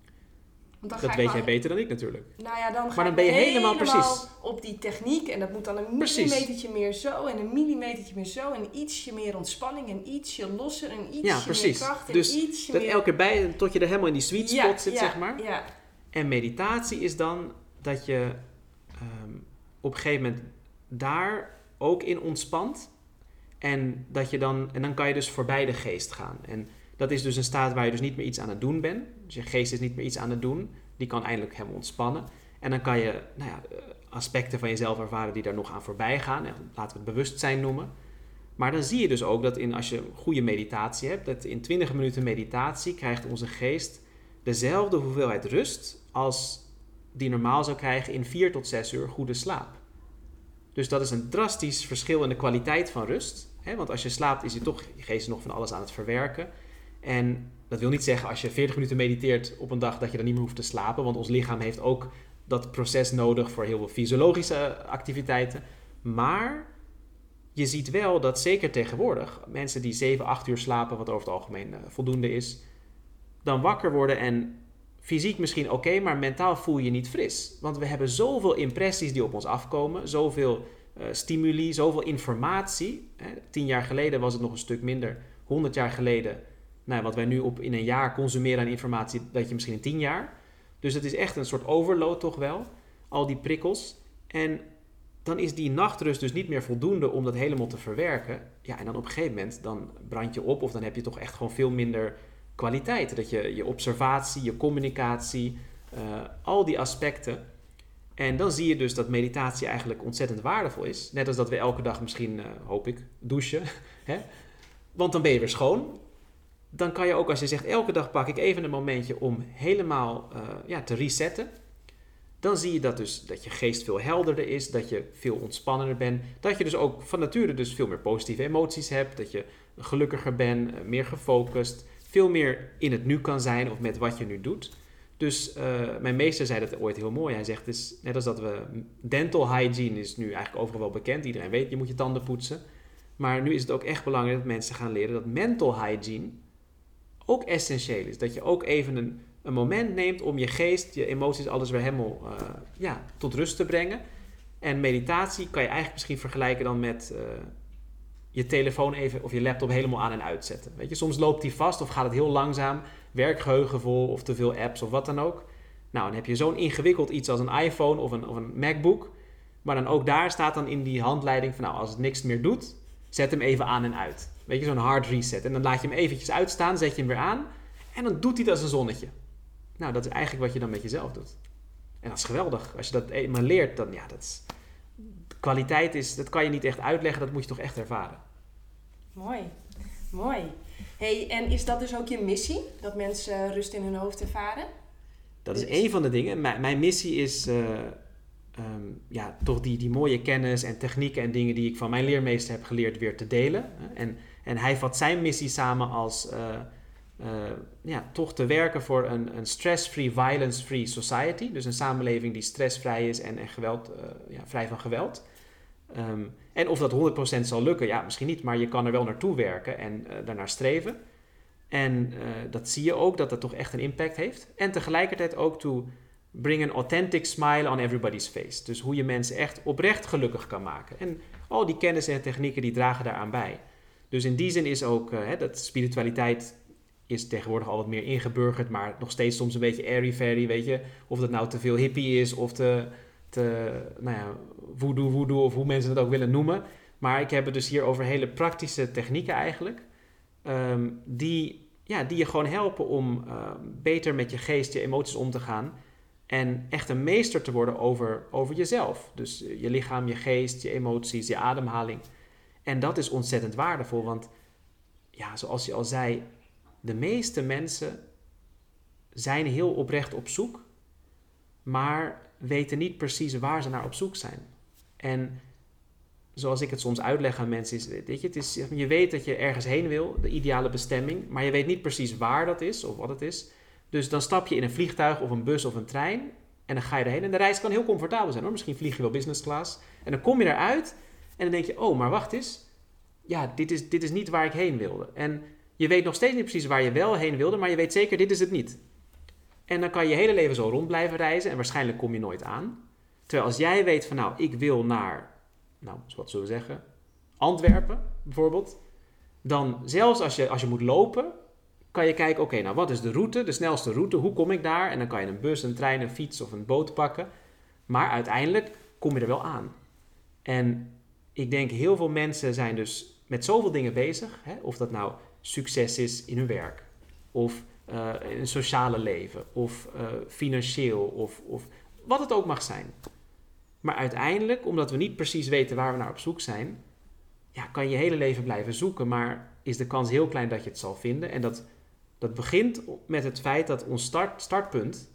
Want dan dat ga weet maar, jij beter dan ik natuurlijk. Nou ja, dan ga maar dan ik ben je helemaal, helemaal precies op die techniek. En dat moet dan een precies. millimetertje meer zo en een millimetertje meer zo. En ietsje meer ontspanning en ietsje losser en ietsje ja, precies. meer kracht. En dus ietsje dat meer... elke keer bij, tot je er helemaal in die sweet spot ja, zit, ja, zeg maar. Ja. En meditatie is dan dat je um, op een gegeven moment daar ook in ontspant. En, dat je dan, en dan kan je dus voorbij de geest gaan. En dat is dus een staat waar je dus niet meer iets aan het doen bent. Dus je geest is niet meer iets aan het doen. Die kan eindelijk helemaal ontspannen. En dan kan je nou ja, aspecten van jezelf ervaren die daar nog aan voorbij gaan. En laten we het bewustzijn noemen. Maar dan zie je dus ook dat in, als je goede meditatie hebt, dat in twintig minuten meditatie krijgt onze geest dezelfde hoeveelheid rust als die normaal zou krijgen in vier tot zes uur goede slaap. Dus dat is een drastisch verschil in de kwaliteit van rust. Hè? Want als je slaapt is je toch, je geest is nog van alles aan het verwerken. En dat wil niet zeggen als je veertig minuten mediteert op een dag dat je dan niet meer hoeft te slapen. Want ons lichaam heeft ook dat proces nodig voor heel veel fysiologische activiteiten. Maar je ziet wel dat zeker tegenwoordig mensen die zeven, acht uur slapen, wat over het algemeen uh, voldoende is, dan wakker worden en fysiek misschien oké, okay, maar mentaal voel je je niet fris. Want we hebben zoveel impressies die op ons afkomen, zoveel uh, stimuli, zoveel informatie. Hè. Tien jaar geleden was het nog een stuk minder. Honderd jaar geleden, nou, wat wij nu op in een jaar consumeren aan informatie, dat je misschien in tien jaar. Dus het is echt een soort overload toch wel, al die prikkels. En dan is die nachtrust dus niet meer voldoende om dat helemaal te verwerken. Ja, en dan op een gegeven moment, dan brand je op of dan heb je toch echt gewoon veel minder kwaliteit. Dat je je observatie, je communicatie, uh, al die aspecten. En dan zie je dus dat meditatie eigenlijk ontzettend waardevol is. Net als dat we elke dag misschien, uh, hoop ik, douchen. Hè? Want dan ben je weer schoon. Dan kan je ook, als je zegt, elke dag pak ik even een momentje om helemaal uh, ja, te resetten. Dan zie je dat, dus, dat je geest veel helderder is, dat je veel ontspannender bent. Dat je dus ook van nature dus veel meer positieve emoties hebt. Dat je gelukkiger bent, meer gefocust, veel meer in het nu kan zijn of met wat je nu doet. Dus uh, mijn meester zei dat ooit heel mooi. Hij zegt, het is net als dat we... Dental hygiene is nu eigenlijk overal wel bekend. Iedereen weet, je moet je tanden poetsen. Maar nu is het ook echt belangrijk dat mensen gaan leren dat mental hygiene ook essentieel is. Dat je ook even een, een moment neemt om je geest, je emoties, alles weer helemaal uh, ja, tot rust te brengen. En meditatie kan je eigenlijk misschien vergelijken dan met uh, je telefoon even of je laptop helemaal aan en uitzetten. Weet je, soms loopt die vast of gaat het heel langzaam, werkgeheugen vol of te veel apps of wat dan ook. Nou, dan heb je zo'n ingewikkeld iets als een iPhone of een, of een MacBook. Maar dan ook daar staat dan in die handleiding van nou, als het niks meer doet, zet hem even aan en uit. Weet je, zo'n hard reset. En dan laat je hem eventjes uitstaan, zet je hem weer aan en dan doet hij dat als een zonnetje. Nou, dat is eigenlijk wat je dan met jezelf doet. En dat is geweldig. Als je dat eenmaal leert, dan ja, dat is... Kwaliteit is, dat kan je niet echt uitleggen, dat moet je toch echt ervaren. Mooi, mooi. Hey, en is dat dus ook je missie? Dat mensen rust in hun hoofd ervaren? Dat is één van de dingen. Mijn, mijn missie is uh, um, ja, toch die, die mooie kennis en technieken en dingen die ik van mijn leermeester heb geleerd weer te delen. En, en hij vat zijn missie samen als uh, uh, ja, toch te werken voor een, een stress-free, violence-free society. Dus een samenleving die stressvrij is en, en geweld, uh, ja, vrij van geweld. Um, en of dat honderd procent zal lukken, ja, misschien niet, maar je kan er wel naartoe werken en uh, daarnaar streven. En uh, dat zie je ook, dat dat toch echt een impact heeft. En tegelijkertijd ook to bring an authentic smile on everybody's face. Dus hoe je mensen echt oprecht gelukkig kan maken. En al die kennis en technieken die dragen daaraan bij. Dus in die zin is ook, uh, hè, dat spiritualiteit is tegenwoordig al wat meer ingeburgerd, maar nog steeds soms een beetje airy-fairy, weet je. Of dat nou te veel hippie is of te... te nou ja, voodoo, voodoo of hoe mensen het ook willen noemen. Maar ik heb het dus hier over hele praktische technieken eigenlijk. Um, die, ja, die je gewoon helpen om uh, beter met je geest, je emoties om te gaan. En echt een meester te worden over, over jezelf. Dus je lichaam, je geest, je emoties, je ademhaling. En dat is ontzettend waardevol. Want ja, zoals je al zei, de meeste mensen zijn heel oprecht op zoek, maar weten niet precies waar ze naar op zoek zijn. En zoals ik het soms uitleg aan mensen, is, weet je, het is, je weet dat je ergens heen wil, de ideale bestemming, maar je weet niet precies waar dat is of wat het is. Dus dan stap je in een vliegtuig of een bus of een trein en dan ga je erheen. En de reis kan heel comfortabel zijn hoor. Misschien vlieg je wel business class. En dan kom je eruit en dan denk je, oh, maar wacht eens. Ja, dit is, dit is niet waar ik heen wilde. En je weet nog steeds niet precies waar je wel heen wilde, maar je weet zeker, dit is het niet. En dan kan je je hele leven zo rond blijven reizen en waarschijnlijk kom je nooit aan. Terwijl als jij weet van, nou, ik wil naar, nou, wat zullen we zeggen, Antwerpen bijvoorbeeld. Dan zelfs als je, als je moet lopen, kan je kijken, oké, okay, nou, wat is de route, de snelste route, hoe kom ik daar? En dan kan je een bus, een trein, een fiets of een boot pakken. Maar uiteindelijk kom je er wel aan. En ik denk, heel veel mensen zijn dus met zoveel dingen bezig. Hè? Of dat nou succes is in hun werk. Of uh, in een sociale leven. Of uh, financieel. Of, of wat het ook mag zijn. Maar uiteindelijk, omdat we niet precies weten waar we naar op zoek zijn, ja, kan je je hele leven blijven zoeken. Maar is de kans heel klein dat je het zal vinden. En dat, dat begint met het feit dat ons start, startpunt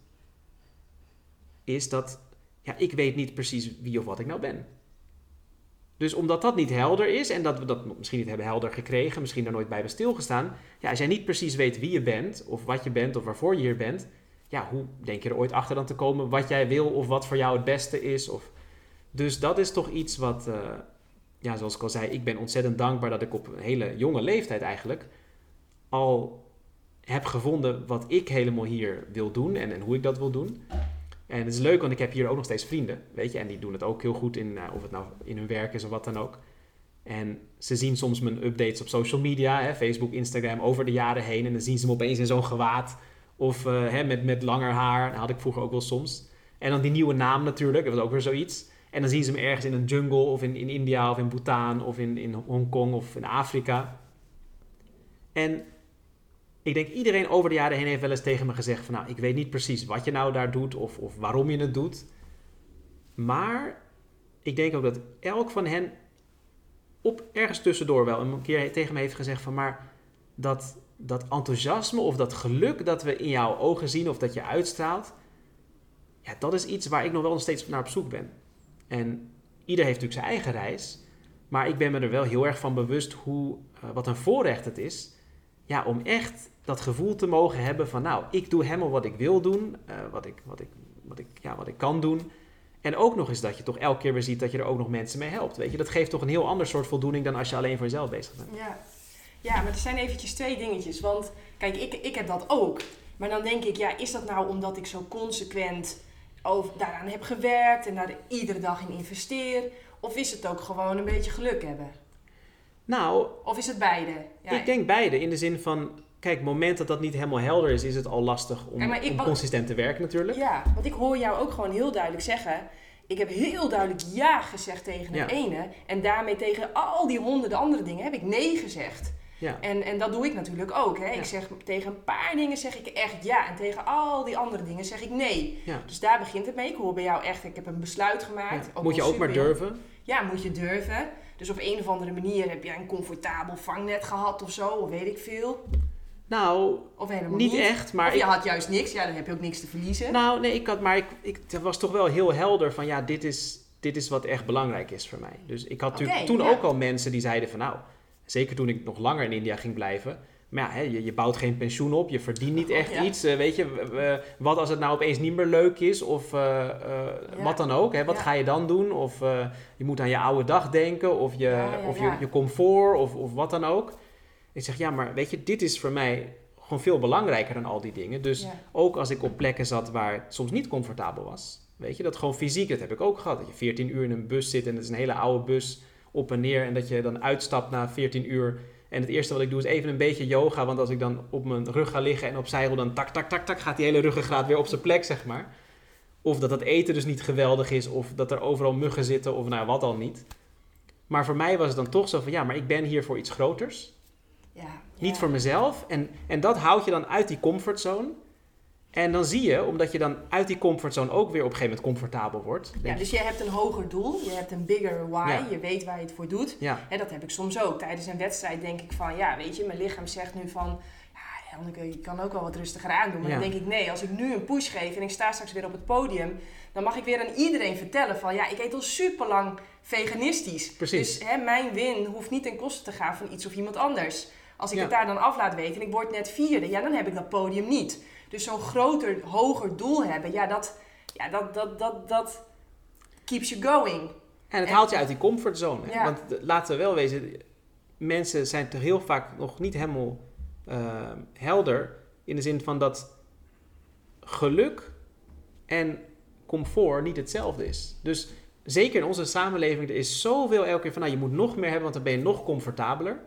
is dat, ja, ik weet niet precies wie of wat ik nou ben. Dus omdat dat niet helder is en dat we dat misschien niet hebben helder gekregen, misschien daar nooit bij hebben stilgestaan. Ja, als jij niet precies weet wie je bent of wat je bent of waarvoor je hier bent, ja, hoe denk je er ooit achter dan te komen wat jij wil of wat voor jou het beste is? Of... Dus dat is toch iets wat, uh, ja, zoals ik al zei, ik ben ontzettend dankbaar dat ik op een hele jonge leeftijd eigenlijk al heb gevonden wat ik helemaal hier wil doen en, en hoe ik dat wil doen. En het is leuk, want ik heb hier ook nog steeds vrienden, weet je. En die doen het ook heel goed, in, uh, of het nou in hun werk is of wat dan ook. En ze zien soms mijn updates op social media, hè, Facebook, Instagram, over de jaren heen. En dan zien ze me opeens in zo'n gewaad. Of uh, hè, met, met langer haar, dat had ik vroeger ook wel soms. En dan die nieuwe naam natuurlijk, dat was ook weer zoiets. En dan zien ze me ergens in een jungle, of in, in India, of in Bhutan, of in, in Hongkong, of in Afrika. En ik denk, iedereen over de jaren heen heeft wel eens tegen me gezegd van, nou, ik weet niet precies wat je nou daar doet of, of waarom je het doet. Maar ik denk ook dat elk van hen op ergens tussendoor wel een keer tegen me heeft gezegd van, maar dat, dat enthousiasme of dat geluk dat we in jouw ogen zien of dat je uitstraalt, ja, dat is iets waar ik nog wel nog steeds naar op zoek ben. En ieder heeft natuurlijk zijn eigen reis, maar ik ben me er wel heel erg van bewust hoe, uh, wat een voorrecht het is, ja, om echt dat gevoel te mogen hebben van, nou, ik doe helemaal wat ik wil doen, uh, wat, ik, wat, ik, wat, ik, ja, wat ik kan doen. En ook nog eens dat je toch elke keer weer ziet dat je er ook nog mensen mee helpt. Weet je, dat geeft toch een heel ander soort voldoening dan als je alleen voor jezelf bezig bent. Ja, ja, maar er zijn eventjes twee dingetjes. Want kijk, ik, ik heb dat ook. Maar dan denk ik, ja, is dat nou omdat ik zo consequent over, daaraan heb gewerkt en daar iedere dag in investeer? Of is het ook gewoon een beetje geluk hebben? Nou, of is het beide? Ja, ik denk beide. In de zin van, kijk, het moment dat dat niet helemaal helder is, is het al lastig om, ja, ik, om consistent te werken natuurlijk. Ja, want ik hoor jou ook gewoon heel duidelijk zeggen, ik heb heel duidelijk ja gezegd tegen het ja. ene. En daarmee tegen al die honderden andere dingen heb ik nee gezegd. Ja. En, en dat doe ik natuurlijk ook. Hè. Ja. Ik zeg tegen een paar dingen zeg ik echt ja. En tegen al die andere dingen zeg ik nee. Ja. Dus daar begint het mee. Ik hoor bij jou echt, ik heb een besluit gemaakt. Ja. Moet je ook maar durven? Ja, moet je durven. Dus op een of andere manier heb jij een comfortabel vangnet gehad of zo. Of weet ik veel. Nou, of helemaal niet, niet echt. Maar of je ik... had juist niks. Ja, dan heb je ook niks te verliezen. Nou, nee, ik had, maar ik, ik, het was toch wel heel helder van ja, dit is, dit is wat echt belangrijk is voor mij. Dus ik had okay, natuurlijk toen ja. ook al mensen die zeiden van nou, zeker toen ik nog langer in India ging blijven. Maar ja, hè, je, je bouwt geen pensioen op, je verdient niet echt ja. iets. Uh, weet je, uh, wat als het nou opeens niet meer leuk is of uh, uh, ja. wat dan ook. Hè, wat ja. ga je dan doen? Of uh, je moet aan je oude dag denken of je, ja, ja, of je, ja. je comfort of, of wat dan ook. Ik zeg ja, maar weet je, dit is voor mij gewoon veel belangrijker dan al die dingen. Dus ja. ook als ik op plekken zat waar het soms niet comfortabel was. Weet je, dat gewoon fysiek, dat heb ik ook gehad. Dat je veertien uur in een bus zit en het is een hele oude bus op en neer. En dat je dan uitstapt na veertien uur. En het eerste wat ik doe is even een beetje yoga. Want als ik dan op mijn rug ga liggen en opzij rol, dan tak, tak, tak, tak, gaat die hele ruggengraat weer op zijn plek, zeg maar. Of dat het eten dus niet geweldig is. Of dat er overal muggen zitten of nou wat al niet. Maar voor mij was het dan toch zo van ja, maar ik ben hier voor iets groters. Ja, ja. Niet voor mezelf. En, en dat houd je dan uit die comfortzone. En dan zie je, omdat je dan uit die comfortzone ook weer op een gegeven moment comfortabel wordt. Ja, dus je hebt een hoger doel. Je hebt een bigger why. Ja. Je weet waar je het voor doet. Ja. En dat heb ik soms ook. Tijdens een wedstrijd denk ik van, ja, weet je, mijn lichaam zegt nu van, ja, want ik kan ook wel wat rustiger aandoen. Maar ja. dan denk ik, nee, als ik nu een push geef en ik sta straks weer op het podium, dan mag ik weer aan iedereen vertellen van, ja, ik eet al super lang veganistisch. Precies. Dus hè, mijn win hoeft niet ten koste te gaan van iets of iemand anders. Als ik ja. het daar dan af laat weten en ik word net vierde, ja, dan heb ik dat podium niet. Dus zo'n groter, hoger doel hebben, ja, dat, ja, dat, dat, dat, dat keeps you going. En het en, haalt je uit die comfortzone. Ja. Want uh, laten we wel wezen, mensen zijn toch heel vaak nog niet helemaal uh, helder in de zin van dat geluk en comfort niet hetzelfde is. Dus zeker in onze samenleving, er is zoveel elke keer van, nou, je moet nog meer hebben, want dan ben je nog comfortabeler.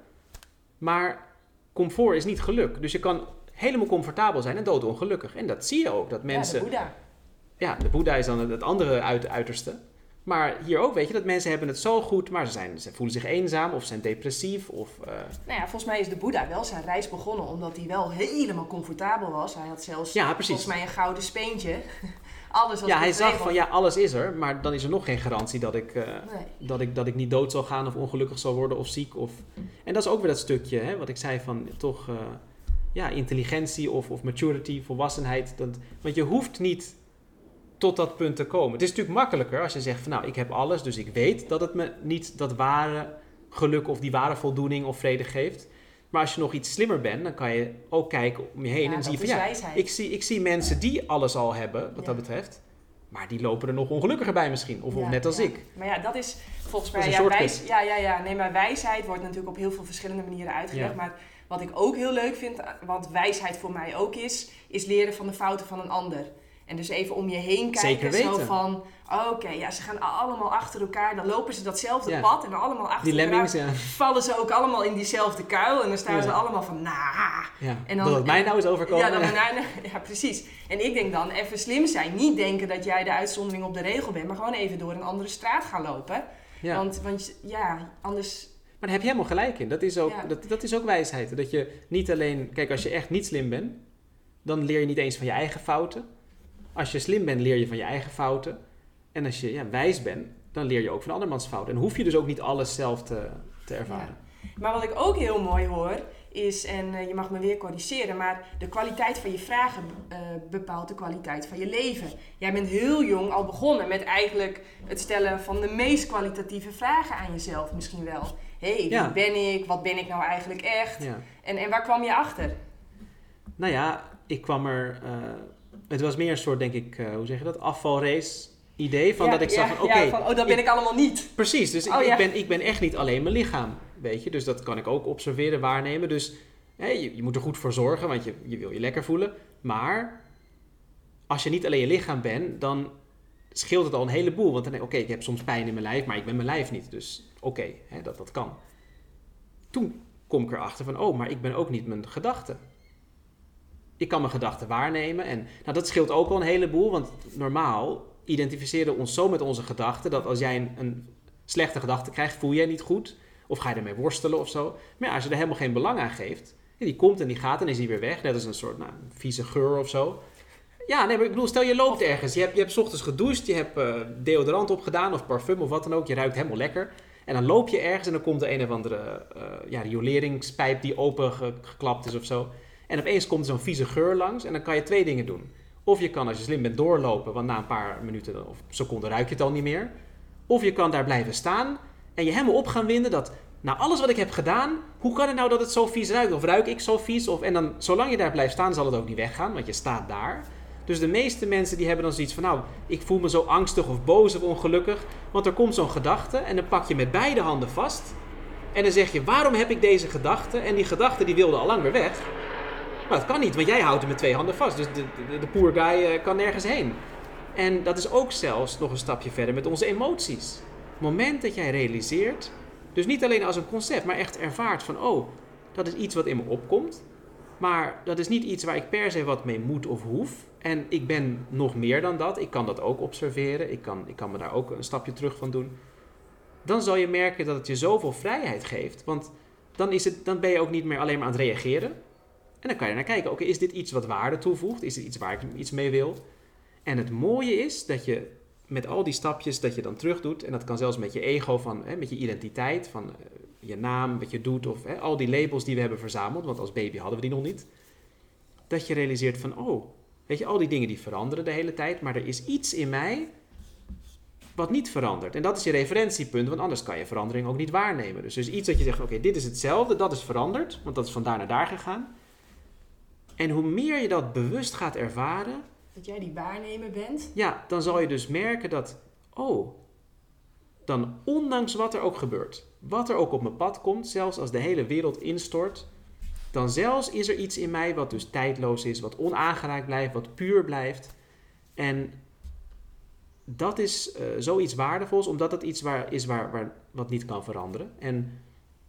Maar comfort is niet geluk. Dus je kan helemaal comfortabel zijn en doodongelukkig. En dat zie je ook, dat mensen... Ja, de Boeddha. Ja, de Boeddha is dan het andere uit, uiterste. Maar hier ook, weet je, dat mensen hebben het zo goed, maar ze, zijn, ze voelen zich eenzaam of zijn depressief. Of, uh... Nou ja, volgens mij is de Boeddha wel zijn reis begonnen omdat hij wel helemaal comfortabel was. Hij had zelfs ja, volgens mij een gouden speentje. Alles was ja, hij geregeld. zag van, ja, alles is er, maar dan is er nog geen garantie dat ik, uh, nee. dat ik, dat ik niet dood zal gaan of ongelukkig zal worden of ziek. Of... En dat is ook weer dat stukje, hè, wat ik zei van toch, uh, ja, intelligentie of, of maturity, volwassenheid. Dat, want je hoeft niet tot dat punt te komen. Het is natuurlijk makkelijker als je zegt van, nou, ik heb alles, dus ik weet dat het me niet dat ware geluk of die ware voldoening of vrede geeft. Maar als je nog iets slimmer bent, dan kan je ook kijken om je heen ja, en zie je van, ja, wijsheid. ik zie, ik zie mensen die alles al hebben, wat ja. dat betreft. Maar die lopen er nog ongelukkiger bij misschien. Of, ja, of net als ja. ik. Maar ja, dat is volgens mij... Dat is ja, een wijs, ja, ja, ja. Nee, maar wijsheid wordt natuurlijk op heel veel verschillende manieren uitgelegd. Ja. Maar wat ik ook heel leuk vind, wat wijsheid voor mij ook is, is leren van de fouten van een ander. En dus even om je heen kijken. Zo van, oké, okay, ja, ze gaan allemaal achter elkaar. Dan lopen ze datzelfde ja. pad en dan allemaal achter die elkaar. Lemmings, ja. Vallen ze ook allemaal in diezelfde kuil. En dan staan ja. ze allemaal van, nah. Ja. En dan, dat het mij nou is overkomen. Ja, dan ja. mij, ja, precies. En ik denk dan, even slim zijn. Niet denken dat jij de uitzondering op de regel bent. Maar gewoon even door een andere straat gaan lopen. Ja. Want, want ja, anders... Maar daar heb je helemaal gelijk in. Dat is, ook, ja. dat, dat is ook wijsheid. Dat je niet alleen... Kijk, als je echt niet slim bent, dan leer je niet eens van je eigen fouten. Als je slim bent, leer je van je eigen fouten. En als je ja, wijs bent, dan leer je ook van andermans fouten. En hoef je dus ook niet alles zelf te, te ervaren. Ja. Maar wat ik ook heel mooi hoor, is, en uh, je mag me weer corrigeren, maar de kwaliteit van je vragen uh, bepaalt de kwaliteit van je leven. Jij bent heel jong al begonnen met eigenlijk het stellen van de meest kwalitatieve vragen aan jezelf misschien wel. Hé, hey, wie ja. ben ik? Wat ben ik nou eigenlijk echt? Ja. En, en waar kwam je achter? Nou ja, ik kwam er... Uh, het was meer een soort, denk ik, uh, hoe zeg je dat? Afvalrace idee. Van ja, dat ik zag ja, van, oké... Okay, ja, oh, dat ben ik, ik allemaal niet. Precies, dus oh, ik, ja. ik, ben, ik ben echt niet alleen mijn lichaam. Weet je, dus dat kan ik ook observeren, waarnemen. Dus hè, je, je moet er goed voor zorgen, want je, je wil je lekker voelen. Maar als je niet alleen je lichaam bent, dan scheelt het al een heleboel. Want dan denk ik, oké, okay, ik heb soms pijn in mijn lijf, maar ik ben mijn lijf niet. Dus oké, okay, dat, dat kan. Toen kom ik erachter van, oh, maar ik ben ook niet mijn gedachten. Ik kan mijn gedachten waarnemen. En nou, dat scheelt ook al een heleboel, want normaal identificeren we ons zo met onze gedachten, dat als jij een, een slechte gedachte krijgt, voel jij niet goed. Of ga je ermee worstelen of zo. Maar ja, als je er helemaal geen belang aan geeft, ja, die komt en die gaat en is die weer weg. Net als een soort nou, vieze geur of zo. Ja, nee, maar ik bedoel, stel je loopt ergens. Je hebt, je hebt 's ochtends gedoucht, je hebt uh, deodorant opgedaan of parfum of wat dan ook. Je ruikt helemaal lekker. En dan loop je ergens en dan komt er een of andere uh, ja, rioleringspijp die opengeklapt is of zo. En opeens komt er zo'n vieze geur langs en dan kan je twee dingen doen. Of je kan, als je slim bent, doorlopen, want na een paar minuten of seconden ruik je het al niet meer. Of je kan daar blijven staan en je helemaal op gaan winden dat, nou, alles wat ik heb gedaan, hoe kan het nou dat het zo vies ruikt? Of ruik ik zo vies? Of, en dan, zolang je daar blijft staan, zal het ook niet weggaan, want je staat daar. Dus de meeste mensen die hebben dan zoiets van, nou, ik voel me zo angstig of boos of ongelukkig, want er komt zo'n gedachte en dan pak je met beide handen vast en dan zeg je, waarom heb ik deze gedachte? En die gedachte die wilde al lang weer weg. Maar dat kan niet, want jij houdt hem met twee handen vast. Dus de, de, de poor guy uh, kan nergens heen. En dat is ook zelfs nog een stapje verder met onze emoties. Het moment dat jij realiseert, dus niet alleen als een concept, maar echt ervaart van, oh, dat is iets wat in me opkomt. Maar dat is niet iets waar ik per se wat mee moet of hoef. En ik ben nog meer dan dat. Ik kan dat ook observeren. Ik kan, ik kan me daar ook een stapje terug van doen. Dan zal je merken dat het je zoveel vrijheid geeft. Want dan, is het, dan ben je ook niet meer alleen maar aan het reageren. En dan kan je naar kijken, oké, okay, is dit iets wat waarde toevoegt? Is dit iets waar ik iets mee wil? En het mooie is dat je met al die stapjes dat je dan terug doet, en dat kan zelfs met je ego, van, hè, met je identiteit, van uh, je naam, wat je doet, of hè, al die labels die we hebben verzameld, want als baby hadden we die nog niet. dat je realiseert van, oh, weet je, al die dingen die veranderen de hele tijd, maar er is iets in mij wat niet verandert. En dat is je referentiepunt, want anders kan je verandering ook niet waarnemen. Dus er is iets dat je zegt, oké, okay, dit is hetzelfde, dat is veranderd, want dat is van daar naar daar gegaan. En hoe meer je dat bewust gaat ervaren, dat jij die waarnemer bent. Ja, dan zal je dus merken dat, oh, dan ondanks wat er ook gebeurt, wat er ook op mijn pad komt, zelfs als de hele wereld instort, dan zelfs is er iets in mij wat dus tijdloos is, wat onaangeraakt blijft, wat puur blijft. En dat is uh, zoiets waardevols, omdat het iets waar, is waar, waar, wat niet kan veranderen. En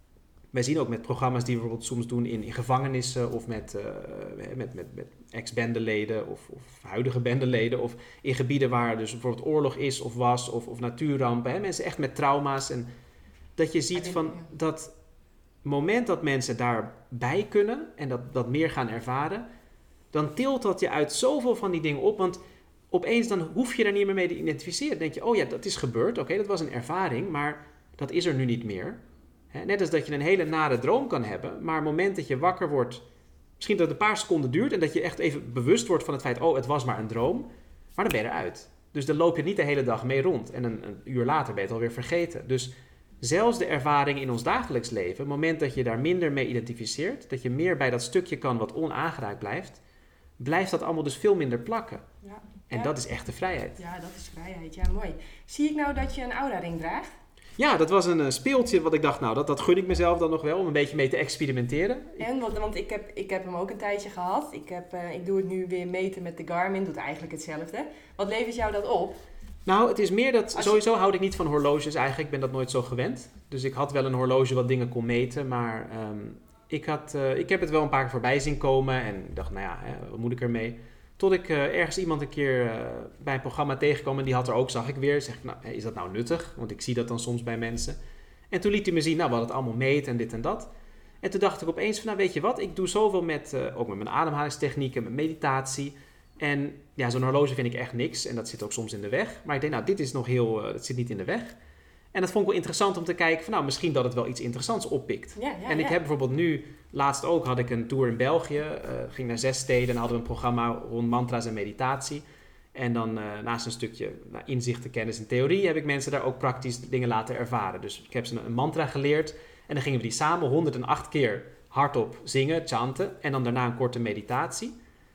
wij zien ook met programma's die we bijvoorbeeld soms doen in, in gevangenissen of met, uh, met, met, met ex-bendeleden of, of huidige bendeleden of in gebieden waar dus bijvoorbeeld oorlog is of was of, of natuurrampen. Hè? Mensen echt met trauma's. En dat je ziet van dat moment dat mensen daarbij kunnen en dat, dat meer gaan ervaren, dan tilt dat je uit zoveel van die dingen op. Want opeens dan hoef je daar niet meer mee te identificeren. Dan denk je, oh ja, dat is gebeurd. Oké, okay, dat was een ervaring, maar dat is er nu niet meer. He, net als dat je een hele nare droom kan hebben, maar het moment dat je wakker wordt, misschien dat het een paar seconden duurt en dat je echt even bewust wordt van het feit, oh, het was maar een droom, maar dan ben je eruit. Dus dan loop je niet de hele dag mee rond en een, een uur later ben je het alweer vergeten. Dus zelfs de ervaring in ons dagelijks leven, het moment dat je daar minder mee identificeert, dat je meer bij dat stukje kan wat onaangeraakt blijft, blijft dat allemaal dus veel minder plakken. Ja. En ja. dat is echte vrijheid. Ja, dat is vrijheid. Ja, mooi. Zie ik nou dat je een Aura-ring draagt? Ja, dat was een uh, speeltje wat ik dacht, nou, dat, dat gun ik mezelf dan nog wel, om een beetje mee te experimenteren. En, want, want ik, heb, ik heb hem ook een tijdje gehad. Ik, heb, uh, ik doe het nu weer meten met de Garmin, doet eigenlijk hetzelfde. Wat levert jou dat op? Nou, het is meer dat, sowieso houd ik niet van horloges eigenlijk, ik ben dat nooit zo gewend. Dus ik had wel een horloge wat dingen kon meten, maar um, ik, had, uh, ik heb het wel een paar keer voorbij zien komen en ik dacht, nou ja, hè, wat moet ik ermee? Tot ik uh, ergens iemand een keer uh, bij een programma tegenkwam en die had er ook, zag ik weer. Zeg ik, nou, is dat nou nuttig? Want ik zie dat dan soms bij mensen. En toen liet hij me zien, nou, we hadden het allemaal meten en dit en dat. En toen dacht ik opeens van, nou, weet je wat? Ik doe zoveel met, uh, ook met mijn ademhalingstechnieken, met meditatie. En ja, zo'n horloge vind ik echt niks. En dat zit ook soms in de weg. Maar ik denk, nou, dit is nog heel, uh, dat zit niet in de weg. En dat vond ik wel interessant om te kijken van, nou, misschien dat het wel iets interessants oppikt. Ja, ja, en ik ja. heb bijvoorbeeld nu, laatst ook had ik een tour in België, uh, ging naar zes steden en hadden we een programma rond mantra's en meditatie. En dan uh, naast een stukje nou, inzichten, kennis en theorie heb ik mensen daar ook praktisch dingen laten ervaren. Dus ik heb ze een, een mantra geleerd en dan gingen we die samen honderdacht keer hardop zingen, chanten en dan daarna een korte meditatie.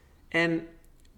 En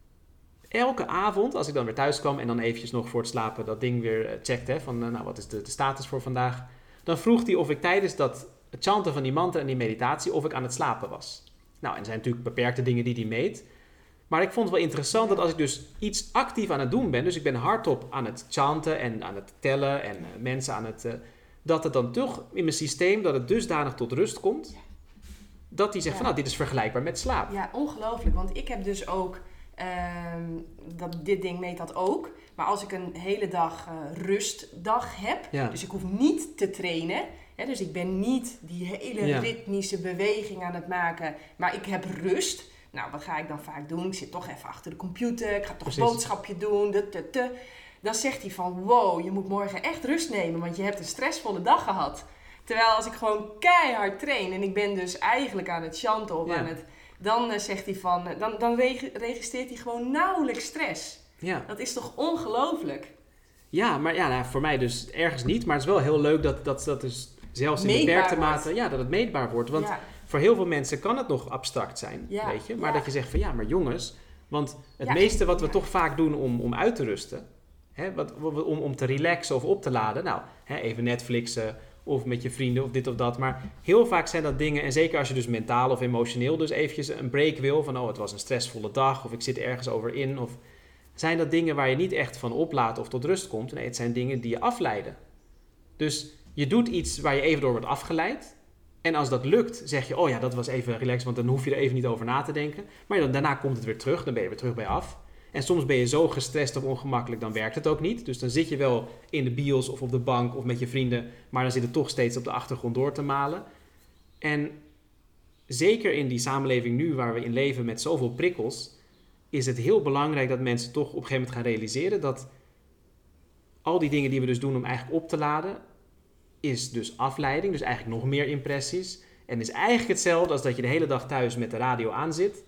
elke avond, als ik dan weer thuis kwam en dan eventjes nog voor het slapen dat ding weer checkte, van nou, wat is de, de status voor vandaag, dan vroeg hij of ik tijdens dat het chanten van die mantra en die meditatie, of ik aan het slapen was. Nou, en er zijn natuurlijk beperkte dingen die hij meet, maar ik vond het wel interessant dat als ik dus iets actief aan het doen ben, dus ik ben hardop aan het chanten en aan het tellen en uh, mensen aan het, uh, dat het dan toch in mijn systeem, dat het dusdanig tot rust komt, dat hij zegt ja. van nou, dit is vergelijkbaar met slaap. Ja, ongelooflijk, want ik heb dus ook Um, dat, dit ding meet dat ook. Maar als ik een hele dag uh, rustdag heb, ja. dus ik hoef niet te trainen. Hè, dus ik ben niet die hele ja. ritmische beweging aan het maken. Maar ik heb rust. Nou, wat ga ik dan vaak doen? Ik zit toch even achter de computer. Ik ga toch Precies. een boodschapje doen. De, de, de. Dan zegt hij van, wow, je moet morgen echt rust nemen. Want je hebt een stressvolle dag gehad. Terwijl als ik gewoon keihard train. En ik ben dus eigenlijk aan het chanten of ja. aan het... Dan uh, zegt hij van, uh, dan, dan reg- registreert hij gewoon nauwelijks stress. Ja. Dat is toch ongelooflijk? Ja, maar ja, nou, voor mij dus ergens niet. Maar het is wel heel leuk dat dat, dat dus zelfs in meetbaar beperkte wordt. mate, ja, dat het meetbaar wordt. Want ja. voor heel veel mensen kan het nog abstract zijn, ja. weet je. Maar ja. dat je zegt van, ja, maar jongens, want het ja, meeste wat we ja. toch vaak doen om, om uit te rusten, hè, wat, om, om te relaxen of op te laden, nou, hè, even Netflixen, of met je vrienden of dit of dat. Maar heel vaak zijn dat dingen, en zeker als je dus mentaal of emotioneel dus eventjes een break wil, van oh, het was een stressvolle dag, of ik zit ergens over in, of zijn dat dingen waar je niet echt van oplaadt of tot rust komt. Nee, het zijn dingen die je afleiden. Dus je doet iets waar je even door wordt afgeleid. En als dat lukt, zeg je, oh ja, dat was even relaxed, want dan hoef je er even niet over na te denken. Maar dan, daarna komt het weer terug, dan ben je weer terug bij af. En soms ben je zo gestrest of ongemakkelijk, dan werkt het ook niet. Dus dan zit je wel in de bios of op de bank of met je vrienden, maar dan zit het toch steeds op de achtergrond door te malen. En zeker in die samenleving nu waar we in leven met zoveel prikkels, is het heel belangrijk dat mensen toch op een gegeven moment gaan realiseren dat al die dingen die we dus doen om eigenlijk op te laden, is dus afleiding, dus eigenlijk nog meer impressies. En is eigenlijk hetzelfde als dat je de hele dag thuis met de radio aan zit.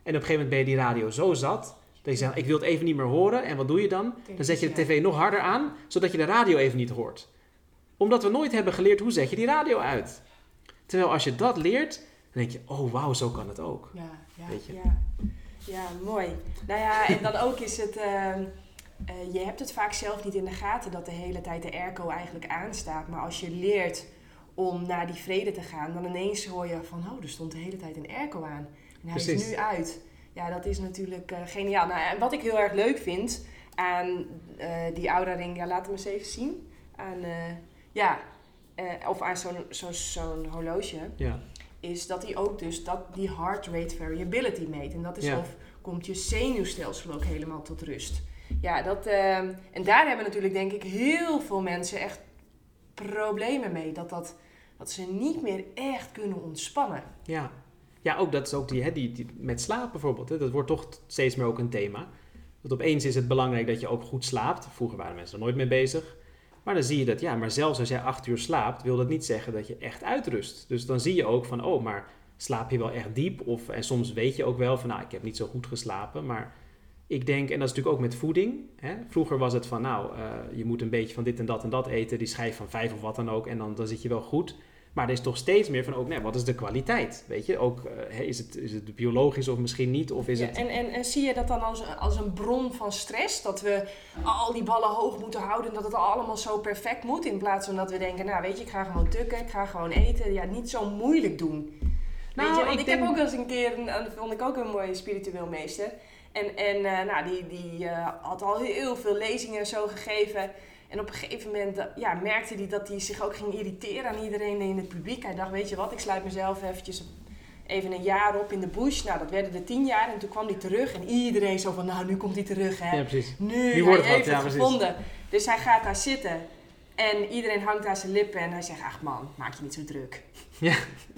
En op een gegeven moment ben je die radio zo zat, dat je zegt, ik wil het even niet meer horen. En wat doe je dan? Dan zet je de tv nog harder aan, zodat je de radio even niet hoort. Omdat we nooit hebben geleerd, hoe zet je die radio uit? Terwijl als je dat leert, dan denk je, oh wauw, zo kan het ook. Ja, ja, Weet je? ja. Ja, mooi. Nou ja, en dan ook is het... Uh, uh, je hebt het vaak zelf niet in de gaten dat de hele tijd de airco eigenlijk aanstaat. Maar als je leert om naar die vrede te gaan, dan ineens hoor je van, oh, er stond de hele tijd een airco aan. En hij Precies. is nu uit. Ja, dat is natuurlijk uh, geniaal. Nou, en wat ik heel erg leuk vind aan uh, die Oura Ring, ja, laat hem eens even zien. Aan, uh, ja, uh, of aan zo'n, zo, zo'n horloge. Ja. Is dat hij ook dus dat die heart rate variability meet. En dat is Ja. of komt je zenuwstelsel ook helemaal tot rust. Ja, dat, uh, en daar hebben natuurlijk denk ik heel veel mensen echt problemen mee. Dat, dat, dat ze niet meer echt kunnen ontspannen. Ja. Ja, ook dat is ook die, hè, die, die met slaap bijvoorbeeld. Hè, dat wordt toch steeds meer ook een thema. Want opeens is het belangrijk dat je ook goed slaapt. Vroeger waren mensen er nooit mee bezig. Maar dan zie je dat, ja, maar zelfs als jij acht uur slaapt, wil dat niet zeggen dat je echt uitrust. Dus dan zie je ook van, oh, maar slaap je wel echt diep? Of, en soms weet je ook wel van, nou, ik heb niet zo goed geslapen. Maar ik denk, en dat is natuurlijk ook met voeding. Hè? Vroeger was het van, nou, uh, je moet een beetje van dit en dat en dat eten. Die schijf van vijf of wat dan ook. En dan, dan zit je wel goed. Maar er is toch steeds meer van, ook, nee, wat is de kwaliteit? Weet je, ook, uh, is, het, is het biologisch of misschien niet? Of is Ja, het... en, en, en zie je dat dan als, als een bron van stress? Dat we al die ballen hoog moeten houden en dat het allemaal zo perfect moet? In plaats van dat we denken, nou weet je, ik ga gewoon tukken, ik ga gewoon eten. Ja, niet zo moeilijk doen. Nou, weet je, want ik ik, denk... heb ook eens een keer, dat vond ik ook een mooie spiritueel meester. En, en uh, nou, die, die uh, had al heel veel lezingen en zo gegeven. En op een gegeven moment uh, ja, merkte hij dat hij zich ook ging irriteren aan iedereen in het publiek. Hij dacht, weet je wat, ik sluit mezelf eventjes even een jaar op in de bush. Nou, dat werden er tien jaar en toen kwam hij terug. En iedereen zo van, nou, nu komt hij terug, hè. Ja, precies. Nu, nu wordt hij het heeft wat, het ja, gevonden. Dus hij gaat daar zitten. En iedereen hangt aan zijn lippen en hij zegt, ach man, maak je niet zo druk. Ja.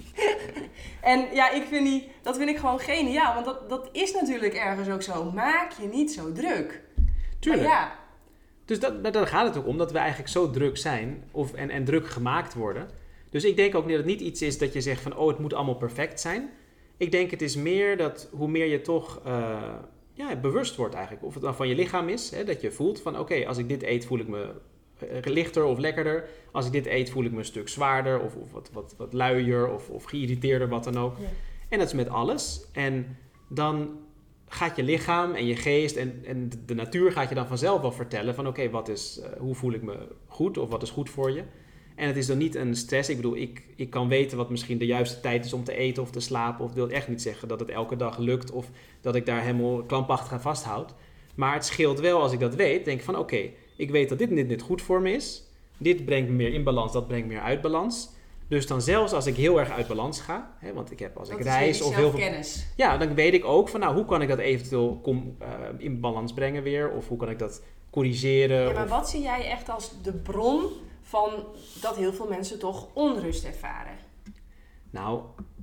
En ja, ik vind die, dat vind ik gewoon geniaal. Want dat, dat is natuurlijk ergens ook zo. Maak je niet zo druk. Tuurlijk. Maar ja. Dus dat, daar gaat het ook om, dat we eigenlijk zo druk zijn of, en, en druk gemaakt worden. Dus ik denk ook niet dat het niet iets is dat je zegt van, oh, het moet allemaal perfect zijn. Ik denk het is meer dat hoe meer je toch uh, ja, bewust wordt eigenlijk. Of het dan van je lichaam is, hè, dat je voelt van, oké, okay, als ik dit eet voel ik me lichter of lekkerder. Als ik dit eet voel ik me een stuk zwaarder of, of wat, wat, wat luier of, of geïrriteerder, wat dan ook. Ja. En dat is met alles. En dan gaat je lichaam en je geest en, en de natuur gaat je dan vanzelf wel vertellen van oké, okay, wat is, uh, hoe voel ik me goed of wat is goed voor je. En het is dan niet een stress. Ik bedoel, ik, ik kan weten wat misschien de juiste tijd is om te eten of te slapen. Of het wil echt niet zeggen dat het elke dag lukt of dat ik daar helemaal klampachtig aan vasthoud. Maar het scheelt wel als ik dat weet. Denk ik van oké, okay, ik weet dat dit en dit, dit goed voor me is. Dit brengt me meer in balans, dat brengt meer uit balans. Dus dan zelfs als ik heel erg uit balans ga, hè, want ik heb als dat ik reis of heel veel kennis. Ja, dan weet ik ook van nou, hoe kan ik dat eventueel kom, uh, in balans brengen weer? Of hoe kan ik dat corrigeren? Ja, maar of... wat zie jij echt als de bron van dat heel veel mensen toch onrust ervaren? Nou,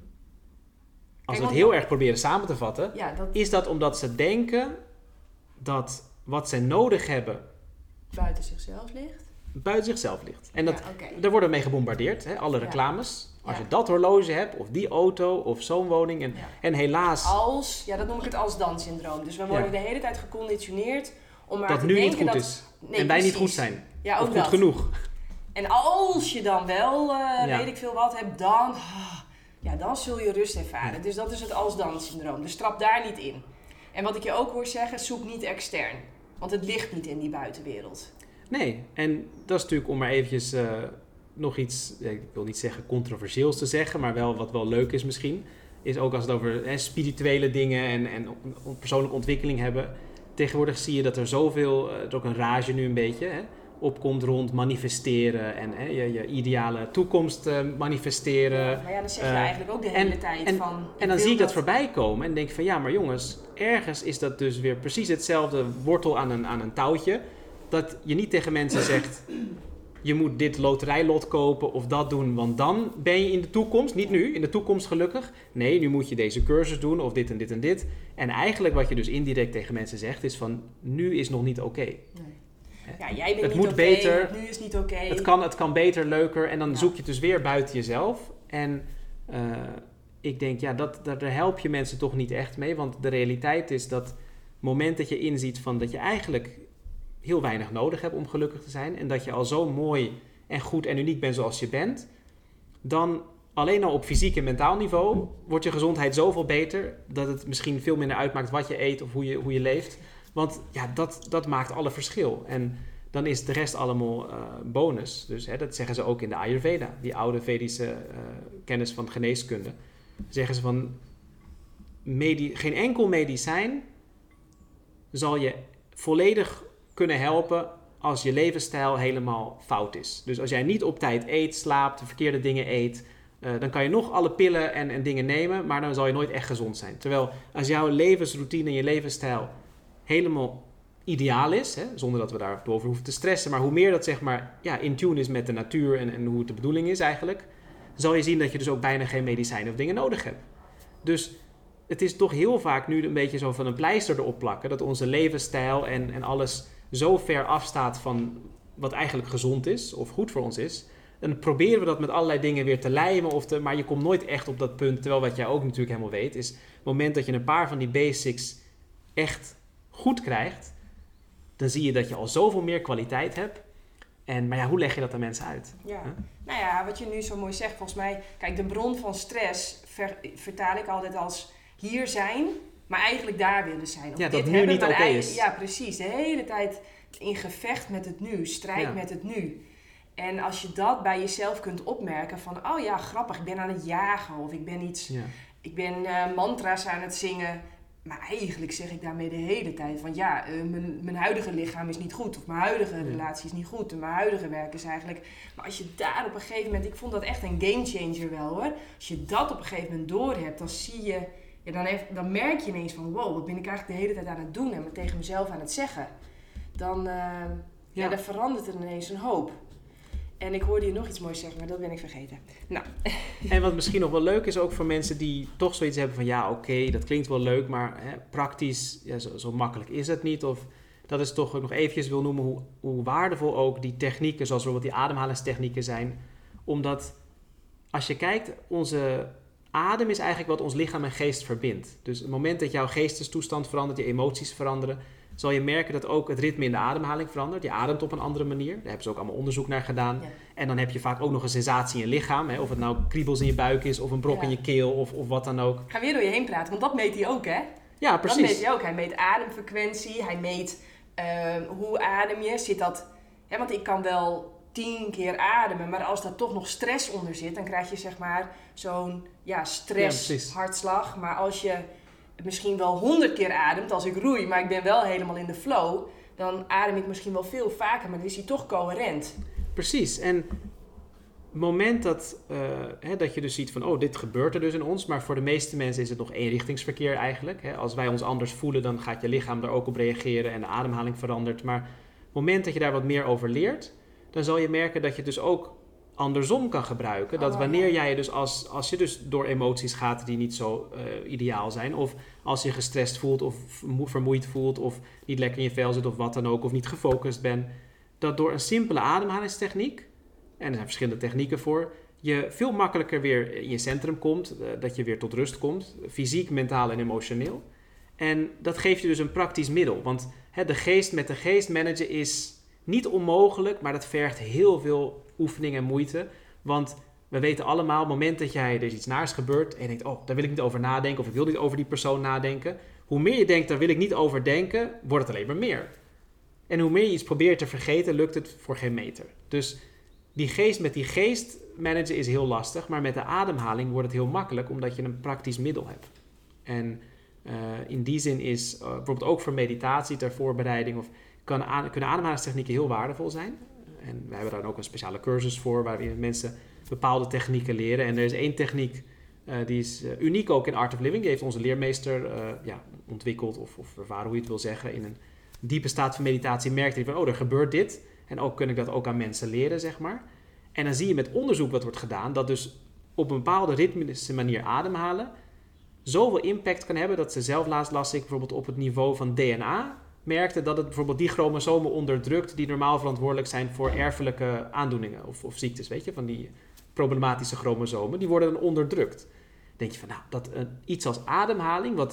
als Kijk, we het heel erg proberen samen te vatten, ja, dat... is dat omdat ze denken dat wat zij nodig hebben buiten zichzelf ligt. Buiten zichzelf ligt. En dat, ja, okay. daar worden we mee gebombardeerd, hè? Alle reclames. Ja. Als ja. je dat horloge hebt, of die auto, of zo'n woning. En, ja. en helaas... Als, ja, dat noem ik het als-dan-syndroom. Dus we worden ja. de hele tijd geconditioneerd om maar dat te nu denken niet goed dat... is. Nee, en wij precies. niet goed zijn. Ja, ook of goed dat. genoeg. En als je dan wel, uh, ja. weet ik veel wat, hebt, dan... Ja, dan zul je rust ervaren. Ja. Dus dat is het als-dan-syndroom. Dus trap daar niet in. En wat ik je ook hoor zeggen, zoek niet extern. Want het ligt niet in die buitenwereld. Nee, en dat is natuurlijk om maar eventjes uh, nog iets, ik wil niet zeggen controversieels te zeggen, maar wel wat wel leuk is misschien, is ook als het over hè, spirituele dingen en, en persoonlijke ontwikkeling hebben. Tegenwoordig zie je dat er zoveel, uh, er is ook een rage nu een beetje, hè, opkomt rond manifesteren en hè, je, je ideale toekomst uh, manifesteren. Ja, maar ja, dan zeg je uh, eigenlijk ook de hele en, tijd en, van... En dan zie ik dat, dat voorbij komen en denk van ja, maar jongens, ergens is dat dus weer precies hetzelfde wortel aan een, aan een touwtje. Dat je niet tegen mensen zegt, je moet dit loterijlot kopen of dat doen, want dan ben je in de toekomst, niet nu, in de toekomst gelukkig. Nee, nu moet je deze cursus doen of dit en dit en dit. En eigenlijk wat je dus indirect tegen mensen zegt is van, nu is nog niet oké. Okay. Nee. Ja, jij bent het niet moet okay, beter, nu is niet oké. Okay. Het kan, het kan beter, leuker en dan ja. zoek je het dus weer buiten jezelf. En uh, ik denk, ja, dat, dat, daar help je mensen toch niet echt mee. Want de realiteit is dat het moment dat je inziet van dat je eigenlijk heel weinig nodig hebt om gelukkig te zijn. En dat je al zo mooi en goed en uniek bent zoals je bent. Dan alleen al op fysiek en mentaal niveau wordt je gezondheid zoveel beter. Dat het misschien veel minder uitmaakt wat je eet of hoe je, hoe je leeft. Want ja, dat, dat maakt alle verschil. En dan is de rest allemaal uh, bonus. Dus hè, dat zeggen ze ook in de Ayurveda. Die oude Vedische uh, kennis van geneeskunde. Zeggen ze van, medi- geen enkel medicijn zal je volledig kunnen helpen als je levensstijl helemaal fout is. Dus als jij niet op tijd eet, slaapt, de verkeerde dingen eet, uh, dan kan je nog alle pillen en, en dingen nemen, maar dan zal je nooit echt gezond zijn. Terwijl als jouw levensroutine en je levensstijl helemaal ideaal is, hè, zonder dat we daarover hoeven te stressen, maar hoe meer dat zeg maar ja, in tune is met de natuur en, en hoe het de bedoeling is eigenlijk, zal je zien dat je dus ook bijna geen medicijnen of dingen nodig hebt. Dus het is toch heel vaak nu een beetje zo van een pleister erop plakken, dat onze levensstijl en, en alles zo ver afstaat van wat eigenlijk gezond is of goed voor ons is. Dan proberen we dat met allerlei dingen weer te lijmen, of te, maar je komt nooit echt op dat punt. Terwijl wat jij ook natuurlijk helemaal weet, is het moment dat je een paar van die basics echt goed krijgt, dan zie je dat je al zoveel meer kwaliteit hebt. En, maar ja, hoe leg je dat aan mensen uit? Ja. Huh? Nou ja, wat je nu zo mooi zegt, volgens mij, kijk, de bron van stress ver, vertaal ik altijd als hier zijn, maar eigenlijk daar willen zijn. Of ja, dit dat nu hebben, niet oké okay is. Ja, precies. De hele tijd in gevecht met het nu, strijd ja. met het nu. En als je dat bij jezelf kunt opmerken van, oh ja, grappig, ik ben aan het jagen of ik ben iets, Ja. ik ben uh, mantra's aan het zingen. Maar eigenlijk zeg ik daarmee de hele tijd van ja, uh, mijn, mijn huidige lichaam is niet goed. Of mijn huidige ja. relatie is niet goed. En mijn huidige werk is eigenlijk... Maar als je daar op een gegeven moment... Ik vond dat echt een gamechanger wel hoor. Als je dat op een gegeven moment doorhebt, dan zie je... Ja, dan, heeft, dan merk je ineens van wow, wat ben ik eigenlijk de hele tijd aan het doen en me tegen mezelf aan het zeggen. Dan, uh, ja. Ja, dan verandert er ineens een hoop. En ik hoorde je nog iets moois zeggen, maar dat ben ik vergeten. Nou. En wat misschien nog wel leuk is ook voor mensen die toch zoiets hebben van ja, oké, okay, dat klinkt wel leuk, maar hè, praktisch, ja, zo, zo makkelijk is het niet. Of dat is toch ook nog eventjes wil noemen hoe, hoe waardevol ook die technieken, zoals bijvoorbeeld die ademhalingstechnieken zijn. Omdat als je kijkt, onze adem is eigenlijk wat ons lichaam en geest verbindt. Dus het moment dat jouw geestestoestand verandert, je emoties veranderen, zal je merken dat ook het ritme in de ademhaling verandert. Je ademt op een andere manier. Daar hebben ze ook allemaal onderzoek naar gedaan. Ja. En dan heb je vaak ook nog een sensatie in je lichaam. Hè? Of het nou kriebels in je buik is, of een brok ja. in je keel, of, of wat dan ook. Ik ga weer door je heen praten, want dat meet hij ook, hè? Ja, precies. Dat meet hij ook. Hij meet ademfrequentie, hij meet uh, hoe adem je. Zit dat... Hè, want ik kan wel tien keer ademen, maar als daar toch nog stress onder zit, dan krijg je zeg maar zo'n ja, stress, ja, hartslag. Maar als je misschien wel honderd keer ademt als ik roei, maar ik ben wel helemaal in de flow, dan adem ik misschien wel veel vaker, maar dan is hij toch coherent. Precies. En het moment dat, uh, hè, dat je dus ziet van, oh, dit gebeurt er dus in ons, maar voor de meeste mensen is het nog eenrichtingsverkeer eigenlijk. Hè. Als wij ons anders voelen, dan gaat je lichaam daar ook op reageren en de ademhaling verandert. Maar het moment dat je daar wat meer over leert, dan zal je merken dat je dus ook andersom kan gebruiken. Dat wanneer jij dus als, als je dus door emoties gaat die niet zo uh, ideaal zijn, of als je gestrest voelt of vermoeid voelt of niet lekker in je vel zit of wat dan ook, of niet gefocust bent, dat door een simpele ademhalingstechniek, en er zijn verschillende technieken voor, je veel makkelijker weer in je centrum komt, uh, dat je weer tot rust komt, fysiek, mentaal en emotioneel. En dat geeft je dus een praktisch middel, want hè, de geest met de geest managen is niet onmogelijk, maar dat vergt heel veel oefening en moeite. Want we weten allemaal, op het moment dat jij er iets naars gebeurt en je denkt, oh, daar wil ik niet over nadenken, of ik wil niet over die persoon nadenken. Hoe meer je denkt, daar wil ik niet over denken, wordt het alleen maar meer. En hoe meer je iets probeert te vergeten, lukt het voor geen meter. Dus die geest met die geest managen is heel lastig, maar met de ademhaling wordt het heel makkelijk, omdat je een praktisch middel hebt. En uh, in die zin is uh, bijvoorbeeld ook voor meditatie ter voorbereiding, of kan aan, kunnen ademhalingstechnieken heel waardevol zijn. En we hebben daar ook een speciale cursus voor, waarin mensen bepaalde technieken leren. En er is één techniek, uh, die is uh, uniek ook in Art of Living. Die heeft onze leermeester uh, ja, ontwikkeld, of, of ervaren hoe je het wil zeggen. In een diepe staat van meditatie merkte hij van, oh, er gebeurt dit. En ook kun ik dat ook aan mensen leren, zeg maar. En dan zie je met onderzoek wat wordt gedaan, dat dus op een bepaalde ritmische manier ademhalen zoveel impact kan hebben, dat ze zelf laatst las ik bijvoorbeeld op het niveau van D N A merkte dat het bijvoorbeeld die chromosomen onderdrukt die normaal verantwoordelijk zijn voor erfelijke aandoeningen of, of ziektes, weet je, van die problematische chromosomen, die worden dan onderdrukt. denk je van, nou, dat uh, iets als ademhaling, wat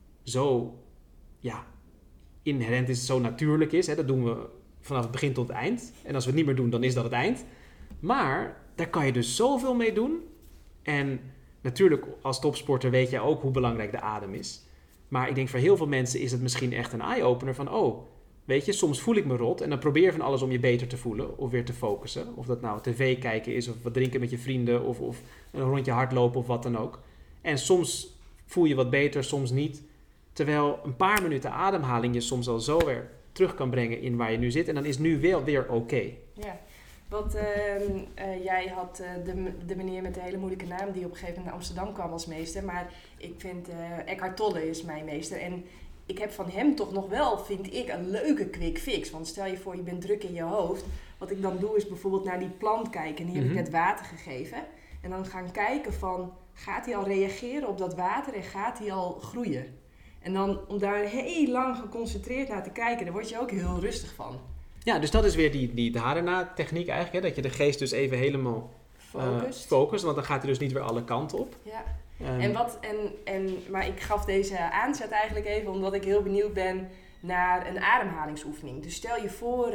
zo ja, inherent is, zo natuurlijk is, hè, dat doen we vanaf het begin tot het eind. En als we het niet meer doen, dan is dat het eind. Maar daar kan je dus zoveel mee doen. En natuurlijk, als topsporter weet jij ook hoe belangrijk de adem is. Maar ik denk voor heel veel mensen is het misschien echt een eye-opener van, oh, weet je, soms voel ik me rot en dan probeer je van alles om je beter te voelen of weer te focussen. Of dat nou tv kijken is of wat drinken met je vrienden of, of een rondje hardlopen of wat dan ook. En soms voel je wat beter, soms niet. Terwijl een paar minuten ademhaling je soms al zo weer terug kan brengen in waar je nu zit. En dan is nu wel weer oké. Okay. Ja, want uh, uh, jij had uh, de, de meneer met de hele moeilijke naam die op een gegeven moment naar Amsterdam kwam als meester. Maar ik vind uh, Eckhart Tolle is mijn meester. En ik heb van hem toch nog wel, vind ik, een leuke quick fix. Want stel je voor, je bent druk in je hoofd. Wat ik dan doe is bijvoorbeeld naar die plant kijken. En die heb mm-hmm. ik net water gegeven. En dan gaan kijken van, gaat hij al reageren op dat water en gaat hij al groeien? En dan om daar heel lang geconcentreerd naar te kijken, daar word je ook heel rustig van. Ja, dus dat is weer die, die Dharana-techniek eigenlijk. Hè? Dat je de geest dus even helemaal focust. Uh, focust. Want dan gaat hij dus niet weer alle kanten op. Ja. Um, en wat, en, en, maar ik gaf deze aanzet eigenlijk even omdat ik heel benieuwd ben naar een ademhalingsoefening. Dus stel je voor,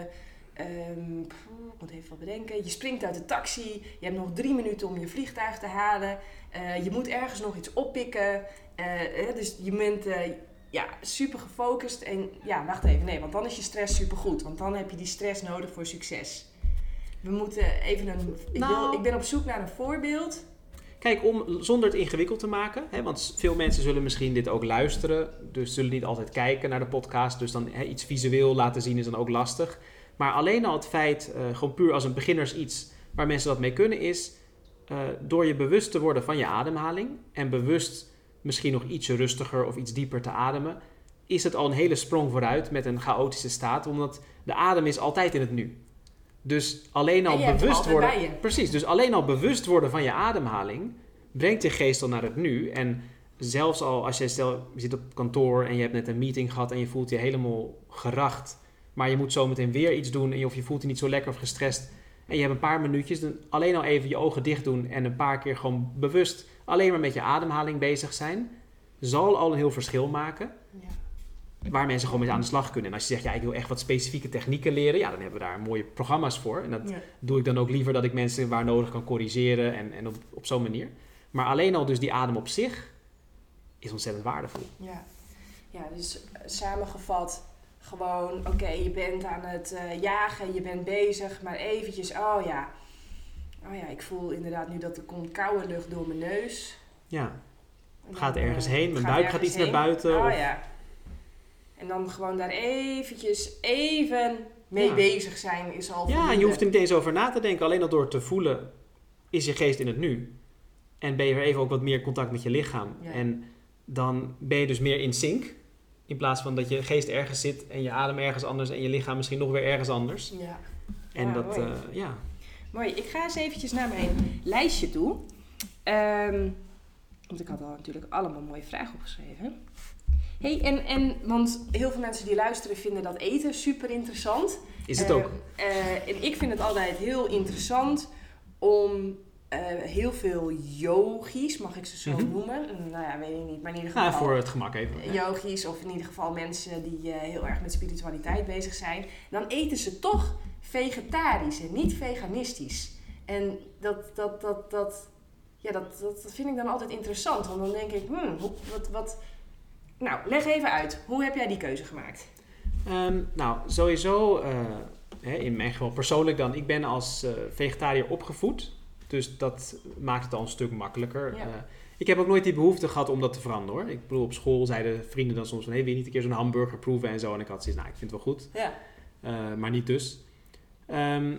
uh, um, ik moet even wat bedenken. Je springt uit de taxi, je hebt nog drie minuten om je vliegtuig te halen. Uh, je moet ergens nog iets oppikken. Uh, dus je bent uh, ja, super gefocust. En ja, wacht even, nee, want dan is je stress super goed. Want dan heb je die stress nodig voor succes. We moeten even een... Ik, nou, wil, ik ben op zoek naar een voorbeeld. Kijk, om zonder het ingewikkeld te maken. Hè, want veel mensen zullen misschien dit ook luisteren. Dus zullen niet altijd kijken naar de podcast. Dus dan hè, iets visueel laten zien is dan ook lastig. Maar alleen al het feit, uh, gewoon puur als een beginners iets waar mensen dat mee kunnen is... Uh, door je bewust te worden van je ademhaling en bewust misschien nog ietsje rustiger of iets dieper te ademen, is het al een hele sprong vooruit met een chaotische staat, omdat de adem is altijd in het nu. Dus alleen al bewust worden, precies, dus alleen al bewust worden van je ademhaling brengt je geest al naar het nu. En zelfs al als je stel je zit op kantoor en je hebt net een meeting gehad en je voelt je helemaal geracht, maar je moet zometeen weer iets doen en je, of je voelt je niet zo lekker of gestrest. En je hebt een paar minuutjes, dan alleen al even je ogen dicht doen en een paar keer gewoon bewust alleen maar met je ademhaling bezig zijn, zal al een heel verschil maken. Ja. Waar mensen gewoon mee aan de slag kunnen. En als je zegt, ja, ik wil echt wat specifieke technieken leren, ja, dan hebben we daar mooie programma's voor. En dat ja. doe ik dan ook liever dat ik mensen waar nodig kan corrigeren en, en op, op zo'n manier. Maar alleen al dus die adem op zich is ontzettend waardevol. Ja, ja dus samengevat... Gewoon, oké, okay, je bent aan het uh, jagen, je bent bezig, maar eventjes, oh ja. Oh ja, ik voel inderdaad nu dat er komt koude lucht door mijn neus. Ja, dan, gaat ergens uh, heen, mijn buik gaat iets heen. Naar buiten. Oh of... ja. En dan gewoon daar eventjes, even mee ja. bezig zijn is al Ja, en je hoeft er niet eens over na te denken. Alleen al door te voelen is je geest in het nu. En ben je weer even ook wat meer contact met je lichaam. Ja. En dan ben je dus meer in sync. In plaats van dat je geest ergens zit en je adem ergens anders en je lichaam misschien nog weer ergens anders. Ja. En ja, dat, mooi. Uh, ja. Mooi. Ik ga eens eventjes naar mijn lijstje toe. Um, want ik had al natuurlijk allemaal mooie vragen opgeschreven. Hey, en, en, want heel veel mensen die luisteren vinden dat eten super interessant. Is het uh, ook? Uh, en ik vind het altijd heel interessant om... Uh, heel veel yogis, mag ik ze zo mm-hmm. noemen. Nou ja, weet ik niet, maar in ieder geval... Nou, voor het gemak even. Yogis, of in ieder geval mensen die uh, heel erg met spiritualiteit bezig zijn. Dan eten ze toch vegetarisch en niet veganistisch. En dat, dat, dat, dat, ja, dat, dat, dat vind ik dan altijd interessant. Want dan denk ik, hmm, wat, wat... Nou, leg even uit. Hoe heb jij die keuze gemaakt? Um, nou, sowieso, uh, hè, in mijn geval persoonlijk dan, ik ben als uh, vegetariër opgevoed... Dus dat maakt het al een stuk makkelijker. Ja. Uh, ik heb ook nooit die behoefte gehad om dat te veranderen, hoor. Ik bedoel, op school zeiden vrienden dan soms van... Hé, hey, wil je niet een keer zo'n hamburger proeven en zo? En ik had zoiets, nou, ik vind het wel goed. Ja. Uh, maar niet dus. Um,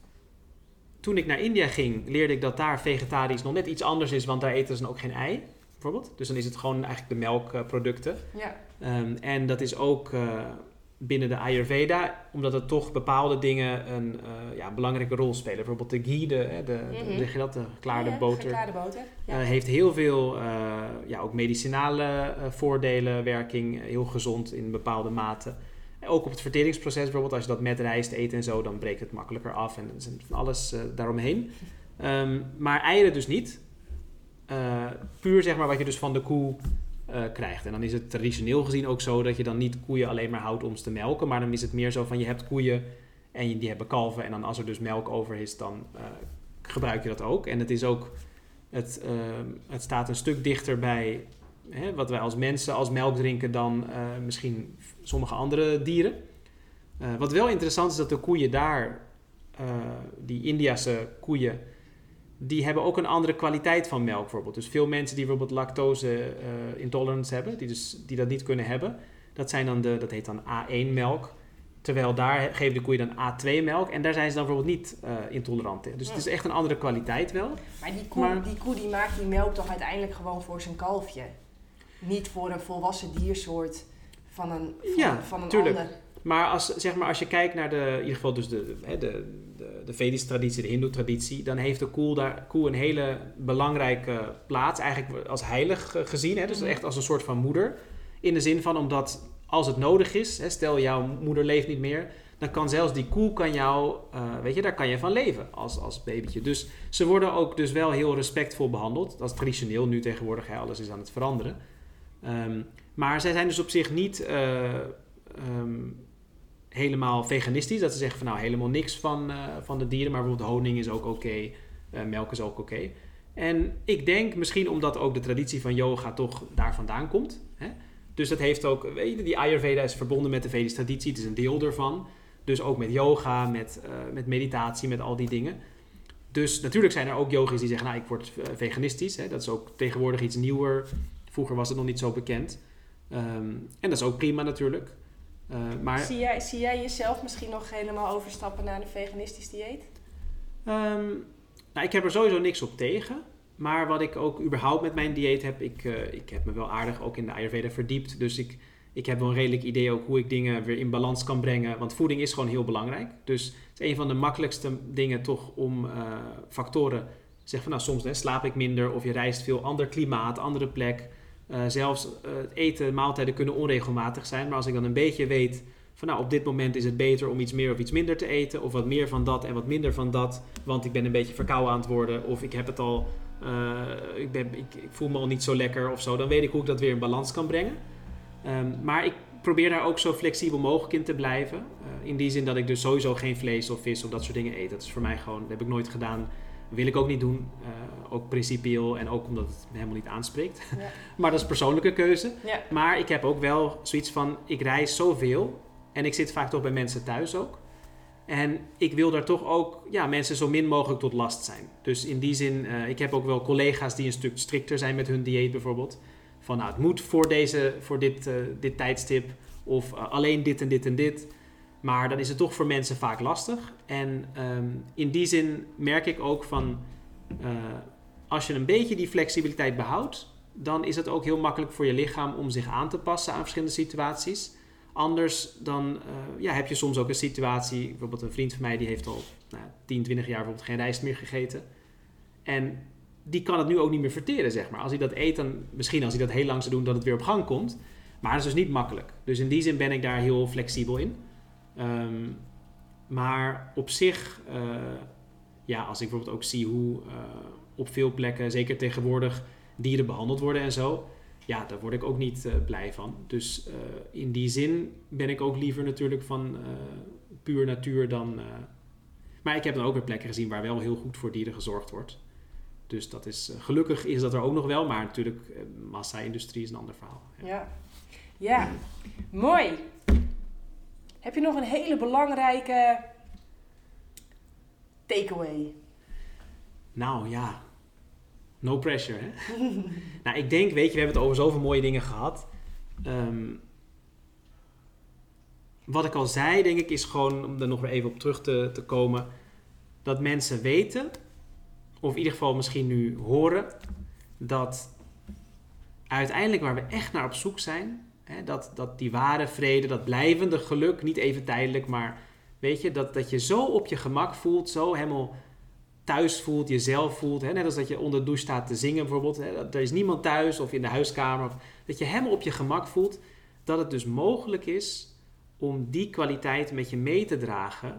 toen ik naar India ging, leerde ik dat daar vegetarisch nog net iets anders is... want daar eten ze dan ook geen ei, bijvoorbeeld. Dus dan is het gewoon eigenlijk de melkproducten. Ja. Um, en dat is ook... Uh, binnen de Ayurveda, omdat er toch bepaalde dingen een uh, ja, belangrijke rol spelen. Bijvoorbeeld de ghee, de, de, de, mm-hmm. de, de, de geklaarde ja, boter, geklaarde boter. Ja. Uh, heeft heel veel uh, ja, ook medicinale uh, voordelen, werking, heel gezond in bepaalde mate. Ook op het verteringsproces bijvoorbeeld, als je dat met rijst eet en zo, dan breekt het makkelijker af en er is van alles uh, daaromheen. Um, maar eieren dus niet. uh, puur zeg maar wat je dus van de koe uh, krijgt. En dan is het traditioneel gezien ook zo dat je dan niet koeien alleen maar houdt om ze te melken. Maar dan is het meer zo van je hebt koeien en die hebben kalven. En dan als er dus melk over is, dan uh, gebruik je dat ook. En het is ook, het, uh, het staat een stuk dichter bij hè, wat wij als mensen als melk drinken dan uh, misschien sommige andere dieren. Uh, wat wel interessant is dat de koeien daar, uh, die Indiase koeien, die hebben ook een andere kwaliteit van melk bijvoorbeeld. Dus veel mensen die bijvoorbeeld lactose uh, intolerance hebben, die, dus, die dat niet kunnen hebben, dat zijn dan de, dat heet dan A één melk. Terwijl daar geven de koeien dan A twee melk en daar zijn ze dan bijvoorbeeld niet uh, intolerant in. Dus ja. Het is echt een andere kwaliteit wel. Maar die koe, maar die koe die maakt die melk toch uiteindelijk gewoon voor zijn kalfje? Niet voor een volwassen diersoort van een, van, ja, van een tuurlijk. ander. Maar als, zeg maar als je kijkt naar de, in ieder geval dus de, de, de, de, de Vedische traditie, de Hindoe-traditie, dan heeft de koe, daar, koe een hele belangrijke plaats, eigenlijk als heilig gezien. Hè? Dus echt als een soort van moeder. In de zin van, omdat als het nodig is, hè, stel jouw moeder leeft niet meer, dan kan zelfs die koe kan jou, uh, weet je, daar kan je van leven als, als babytje. Dus ze worden ook dus wel heel respectvol behandeld. Dat is traditioneel nu tegenwoordig, hè, alles is aan het veranderen. Um, maar zij zijn dus op zich niet uh, um, helemaal veganistisch. Dat ze zeggen van nou helemaal niks van, uh, van de dieren. Maar bijvoorbeeld honing is ook oké. Okay, uh, melk is ook oké. Okay. En ik denk misschien omdat ook de traditie van yoga toch daar vandaan komt. Hè? Dus dat heeft ook, weet je, die Ayurveda is verbonden met de Vedische traditie. Het is een deel ervan. Dus ook met yoga, met, uh, met meditatie, met al die dingen. Dus natuurlijk zijn er ook yogis die zeggen nou ik word veganistisch. Hè? Dat is ook tegenwoordig iets nieuwer. Vroeger was het nog niet zo bekend. Um, en dat is ook prima natuurlijk. Uh, maar, zie, jij, zie jij jezelf misschien nog helemaal overstappen naar een veganistisch dieet? Um, nou, ik heb er sowieso niks op tegen. Maar wat ik ook überhaupt met mijn dieet heb... Ik, uh, ik heb me wel aardig ook in de Ayurveda verdiept. Dus ik, ik heb wel een redelijk idee ook hoe ik dingen weer in balans kan brengen. Want voeding is gewoon heel belangrijk. Dus het is een van de makkelijkste dingen toch om uh, factoren... Zeg van nou soms hè, slaap ik minder of je reist veel ander klimaat, andere plek... Uh, zelfs uh, het eten, maaltijden kunnen onregelmatig zijn. Maar als ik dan een beetje weet van nou op dit moment is het beter om iets meer of iets minder te eten. Of wat meer van dat en wat minder van dat. Want ik ben een beetje verkouden aan het worden. Of ik heb het al, uh, ik, ben, ik, ik voel me al niet zo lekker of zo. Dan weet ik hoe ik dat weer in balans kan brengen. Um, maar ik probeer daar ook zo flexibel mogelijk in te blijven. Uh, in die zin dat ik dus sowieso geen vlees of vis of dat soort dingen eet. Dat is voor mij gewoon, dat heb ik nooit gedaan. Wil ik ook niet doen, uh, ook principieel en ook omdat het me helemaal niet aanspreekt. Ja. Maar dat is persoonlijke keuze. Ja. Maar ik heb ook wel zoiets van, ik reis zoveel en ik zit vaak toch bij mensen thuis ook. En ik wil daar toch ook ja, mensen zo min mogelijk tot last zijn. Dus in die zin, uh, ik heb ook wel collega's die een stuk strikter zijn met hun dieet bijvoorbeeld. Van nou, het moet voor, deze, voor dit, uh, dit tijdstip of uh, alleen dit en dit en dit. Maar dan is het toch voor mensen vaak lastig. En um, in die zin merk ik ook van... Uh, als je een beetje die flexibiliteit behoudt... dan is het ook heel makkelijk voor je lichaam om zich aan te passen aan verschillende situaties. Anders dan uh, ja, heb je soms ook een situatie... Bijvoorbeeld een vriend van mij die heeft al nou, tien, twintig jaar bijvoorbeeld geen rijst meer gegeten. En die kan het nu ook niet meer verteren, zeg maar. Als hij dat eet, dan misschien als hij dat heel lang zou doen... dat het weer op gang komt. Maar dat is dus niet makkelijk. Dus in die zin ben ik daar heel flexibel in. Um, maar op zich, uh, ja, als ik bijvoorbeeld ook zie hoe uh, op veel plekken, zeker tegenwoordig, dieren behandeld worden en zo, ja, daar word ik ook niet uh, blij van. Dus uh, in die zin ben ik ook liever natuurlijk van uh, puur natuur dan... Uh, maar ik heb dan ook weer plekken gezien waar wel heel goed voor dieren gezorgd wordt. Dus dat is, uh, gelukkig is dat er ook nog wel, maar natuurlijk uh, massa-industrie is een ander verhaal. Ja, ja, ja. Mooi. Heb je nog een hele belangrijke takeaway? Nou ja, no pressure hè. Nou ik denk, weet je, we hebben het over zoveel mooie dingen gehad. Um, wat ik al zei, denk ik, is gewoon, om er nog weer even op terug te, te komen, dat mensen weten, of in ieder geval misschien nu horen, dat uiteindelijk waar we echt naar op zoek zijn... He, dat, dat die ware vrede, dat blijvende geluk, niet even tijdelijk, maar weet je, dat, dat je zo op je gemak voelt, zo helemaal thuis voelt, jezelf voelt. He, net als dat je onder de douche staat te zingen bijvoorbeeld. He, er is niemand thuis of in de huiskamer. Of, dat je helemaal op je gemak voelt. Dat het dus mogelijk is om die kwaliteit met je mee te dragen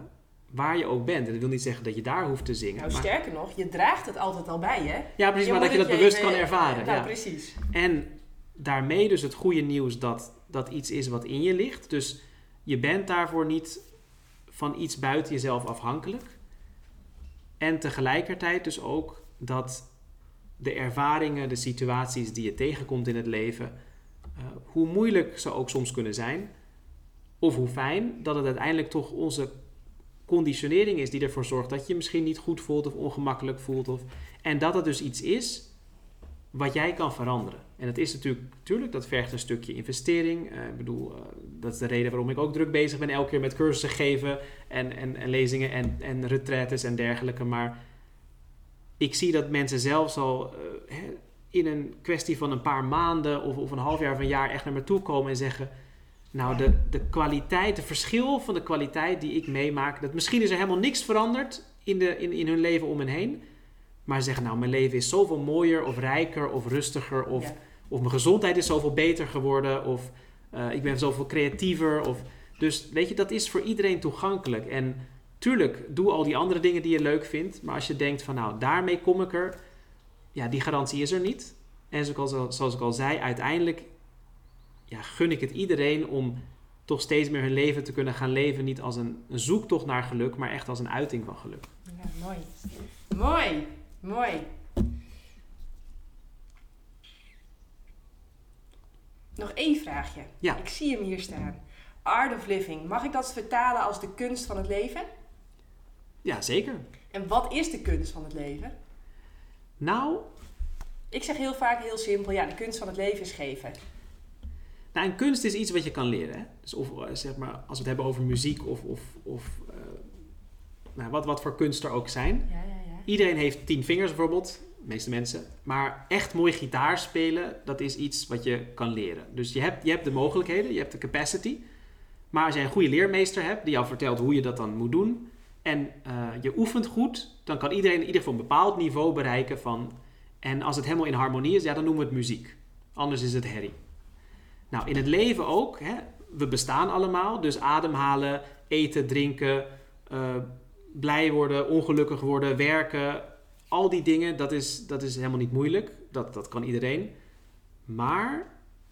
waar je ook bent. En dat wil niet zeggen dat je daar hoeft te zingen. Nou, maar... sterker nog, je draagt het altijd al bij, hè? Ja, precies, je maar dat je dat bewust even... kan ervaren. Nou, ja. precies. En daarmee dus het goede nieuws dat dat iets is wat in je ligt. Dus je bent daarvoor niet van iets buiten jezelf afhankelijk. En tegelijkertijd dus ook dat de ervaringen, de situaties die je tegenkomt in het leven, uh, hoe moeilijk ze ook soms kunnen zijn, of hoe fijn, dat het uiteindelijk toch onze conditionering is die ervoor zorgt dat je je misschien niet goed voelt of ongemakkelijk voelt. Of, en dat het dus iets is wat jij kan veranderen. En dat is natuurlijk, natuurlijk dat vergt een stukje investering. Uh, ik bedoel, uh, dat is de reden waarom ik ook druk bezig ben elke keer met cursussen geven en, en, en lezingen en, en retraites en dergelijke. Maar ik zie dat mensen zelfs al uh, in een kwestie van een paar maanden of, of een half jaar of een jaar echt naar me toe komen en zeggen, nou, de, de kwaliteit, de verschil van de kwaliteit die ik meemaak, dat misschien is er helemaal niks veranderd in, de, in, in hun leven om hen heen. Maar zeggen, nou, mijn leven is zoveel mooier of rijker of rustiger. Of, ja. of mijn gezondheid is zoveel beter geworden. Of uh, ik ben zoveel creatiever. Of, dus weet je, dat is voor iedereen toegankelijk. En tuurlijk, doe al die andere dingen die je leuk vindt. Maar als je denkt van, nou, daarmee kom ik er. Ja, die garantie is er niet. En zoals, zoals ik al zei, uiteindelijk ja, gun ik het iedereen om toch steeds meer hun leven te kunnen gaan leven. Niet als een, een zoektocht naar geluk, maar echt als een uiting van geluk. Ja, mooi. Mooi. Mooi. Nog één vraagje. Ja. Ik zie hem hier staan. Art of Living. Mag ik dat vertalen als de kunst van het leven? Ja, zeker. En wat is de kunst van het leven? Nou... Ik zeg heel vaak heel simpel, ja, de kunst van het leven is geven. Nou, en kunst is iets wat je kan leren. Hè? Dus of, zeg maar, als we het hebben over muziek of, of, of uh, nou, wat, wat voor kunst er ook zijn. Ja, ja, ja. Iedereen heeft tien vingers bijvoorbeeld, de meeste mensen. Maar echt mooi gitaar spelen, dat is iets wat je kan leren. Dus je hebt, je hebt de mogelijkheden, je hebt de capacity. Maar als jij een goede leermeester hebt die jou vertelt hoe je dat dan moet doen, en uh, je oefent goed, dan kan iedereen in ieder geval een bepaald niveau bereiken van... En als het helemaal in harmonie is, ja, dan noemen we het muziek. Anders is het herrie. Nou, in het leven ook, hè, we bestaan allemaal. Dus ademhalen, eten, drinken, uh, blij worden, ongelukkig worden, werken. Al die dingen, dat is, dat is helemaal niet moeilijk. Dat, dat kan iedereen. Maar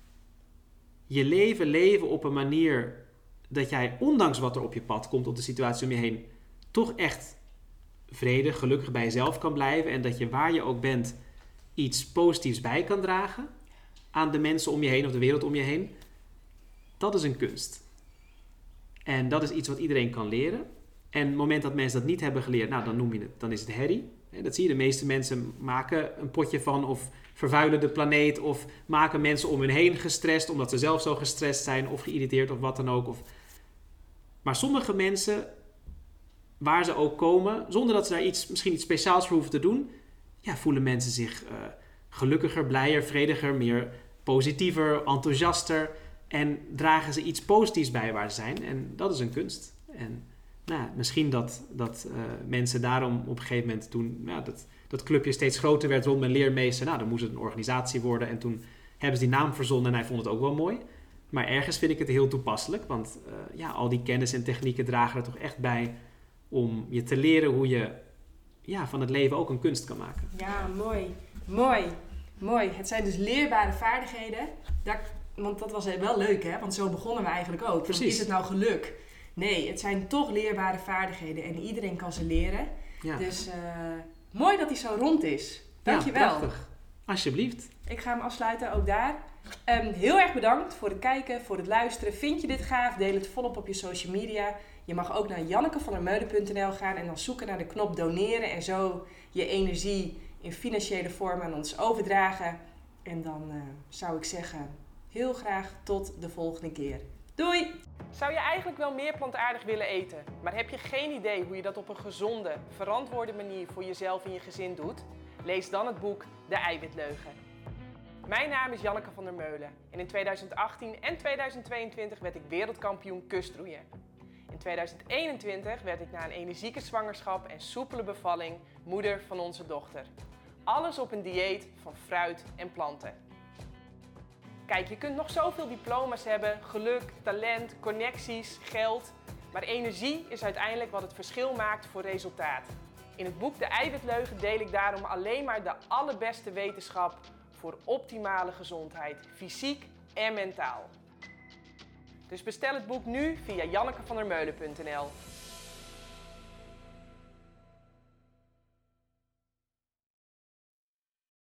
je leven leven op een manier dat jij, ondanks wat er op je pad komt, op de situatie om je heen, toch echt vredig, gelukkig bij jezelf kan blijven. En dat je waar je ook bent iets positiefs bij kan dragen aan de mensen om je heen of de wereld om je heen. Dat is een kunst. En dat is iets wat iedereen kan leren. En op het moment dat mensen dat niet hebben geleerd, nou, dan noem je het, dan is het herrie. Dat zie je, de meeste mensen maken een potje van of vervuilen de planeet of maken mensen om hun heen gestrest omdat ze zelf zo gestrest zijn of geïrriteerd of wat dan ook. Of... Maar sommige mensen, waar ze ook komen, zonder dat ze daar iets, misschien iets speciaals voor hoeven te doen, ja, voelen mensen zich uh, gelukkiger, blijer, vrediger, meer positiever, enthousiaster en dragen ze iets positiefs bij waar ze zijn. En dat is een kunst. En nou, misschien dat, dat uh, mensen daarom op een gegeven moment toen ja, dat, dat clubje steeds groter werd rond mijn leermeester, nou, dan moest het een organisatie worden en toen hebben ze die naam verzonnen en hij vond het ook wel mooi. Maar ergens vind ik het heel toepasselijk, want uh, ja, al die kennis en technieken dragen er toch echt bij om je te leren hoe je ja, van het leven ook een kunst kan maken. Ja, mooi. Mooi. Mooi. Het zijn dus leerbare vaardigheden. Daar, want dat was wel leuk, hè? Want zo begonnen we eigenlijk ook. Precies. Want is het nou geluk? Nee, het zijn toch leerbare vaardigheden. En iedereen kan ze leren. Ja. Dus uh, mooi dat hij zo rond is. Dankjewel. Ja, prachtig. Alsjeblieft. Ik ga hem afsluiten, ook daar. Um, heel erg bedankt voor het kijken, voor het luisteren. Vind je dit gaaf? Deel het volop op je social media. Je mag ook naar jannekevandermeulen punt n l gaan en dan zoeken naar de knop doneren. En zo je energie in financiële vorm aan ons overdragen. En dan uh, zou ik zeggen, heel graag tot de volgende keer. Doei! Zou je eigenlijk wel meer plantaardig willen eten, maar heb je geen idee hoe je dat op een gezonde, verantwoorde manier voor jezelf en je gezin doet? Lees dan het boek De Eiwitleugen. Mijn naam is Janneke van der Meulen en in tweeduizend achttien en tweeduizend tweeëntwintig werd ik wereldkampioen kustroeien. In tweeduizend eenentwintig werd ik na een energieke zwangerschap en soepele bevalling moeder van onze dochter. Alles op een dieet van fruit en planten. Kijk, je kunt nog zoveel diploma's hebben, geluk, talent, connecties, geld. Maar energie is uiteindelijk wat het verschil maakt voor resultaat. In het boek De Eiwitleugen deel ik daarom alleen maar de allerbeste wetenschap voor optimale gezondheid, fysiek en mentaal. Dus bestel het boek nu via jannekevandermeulen punt n l.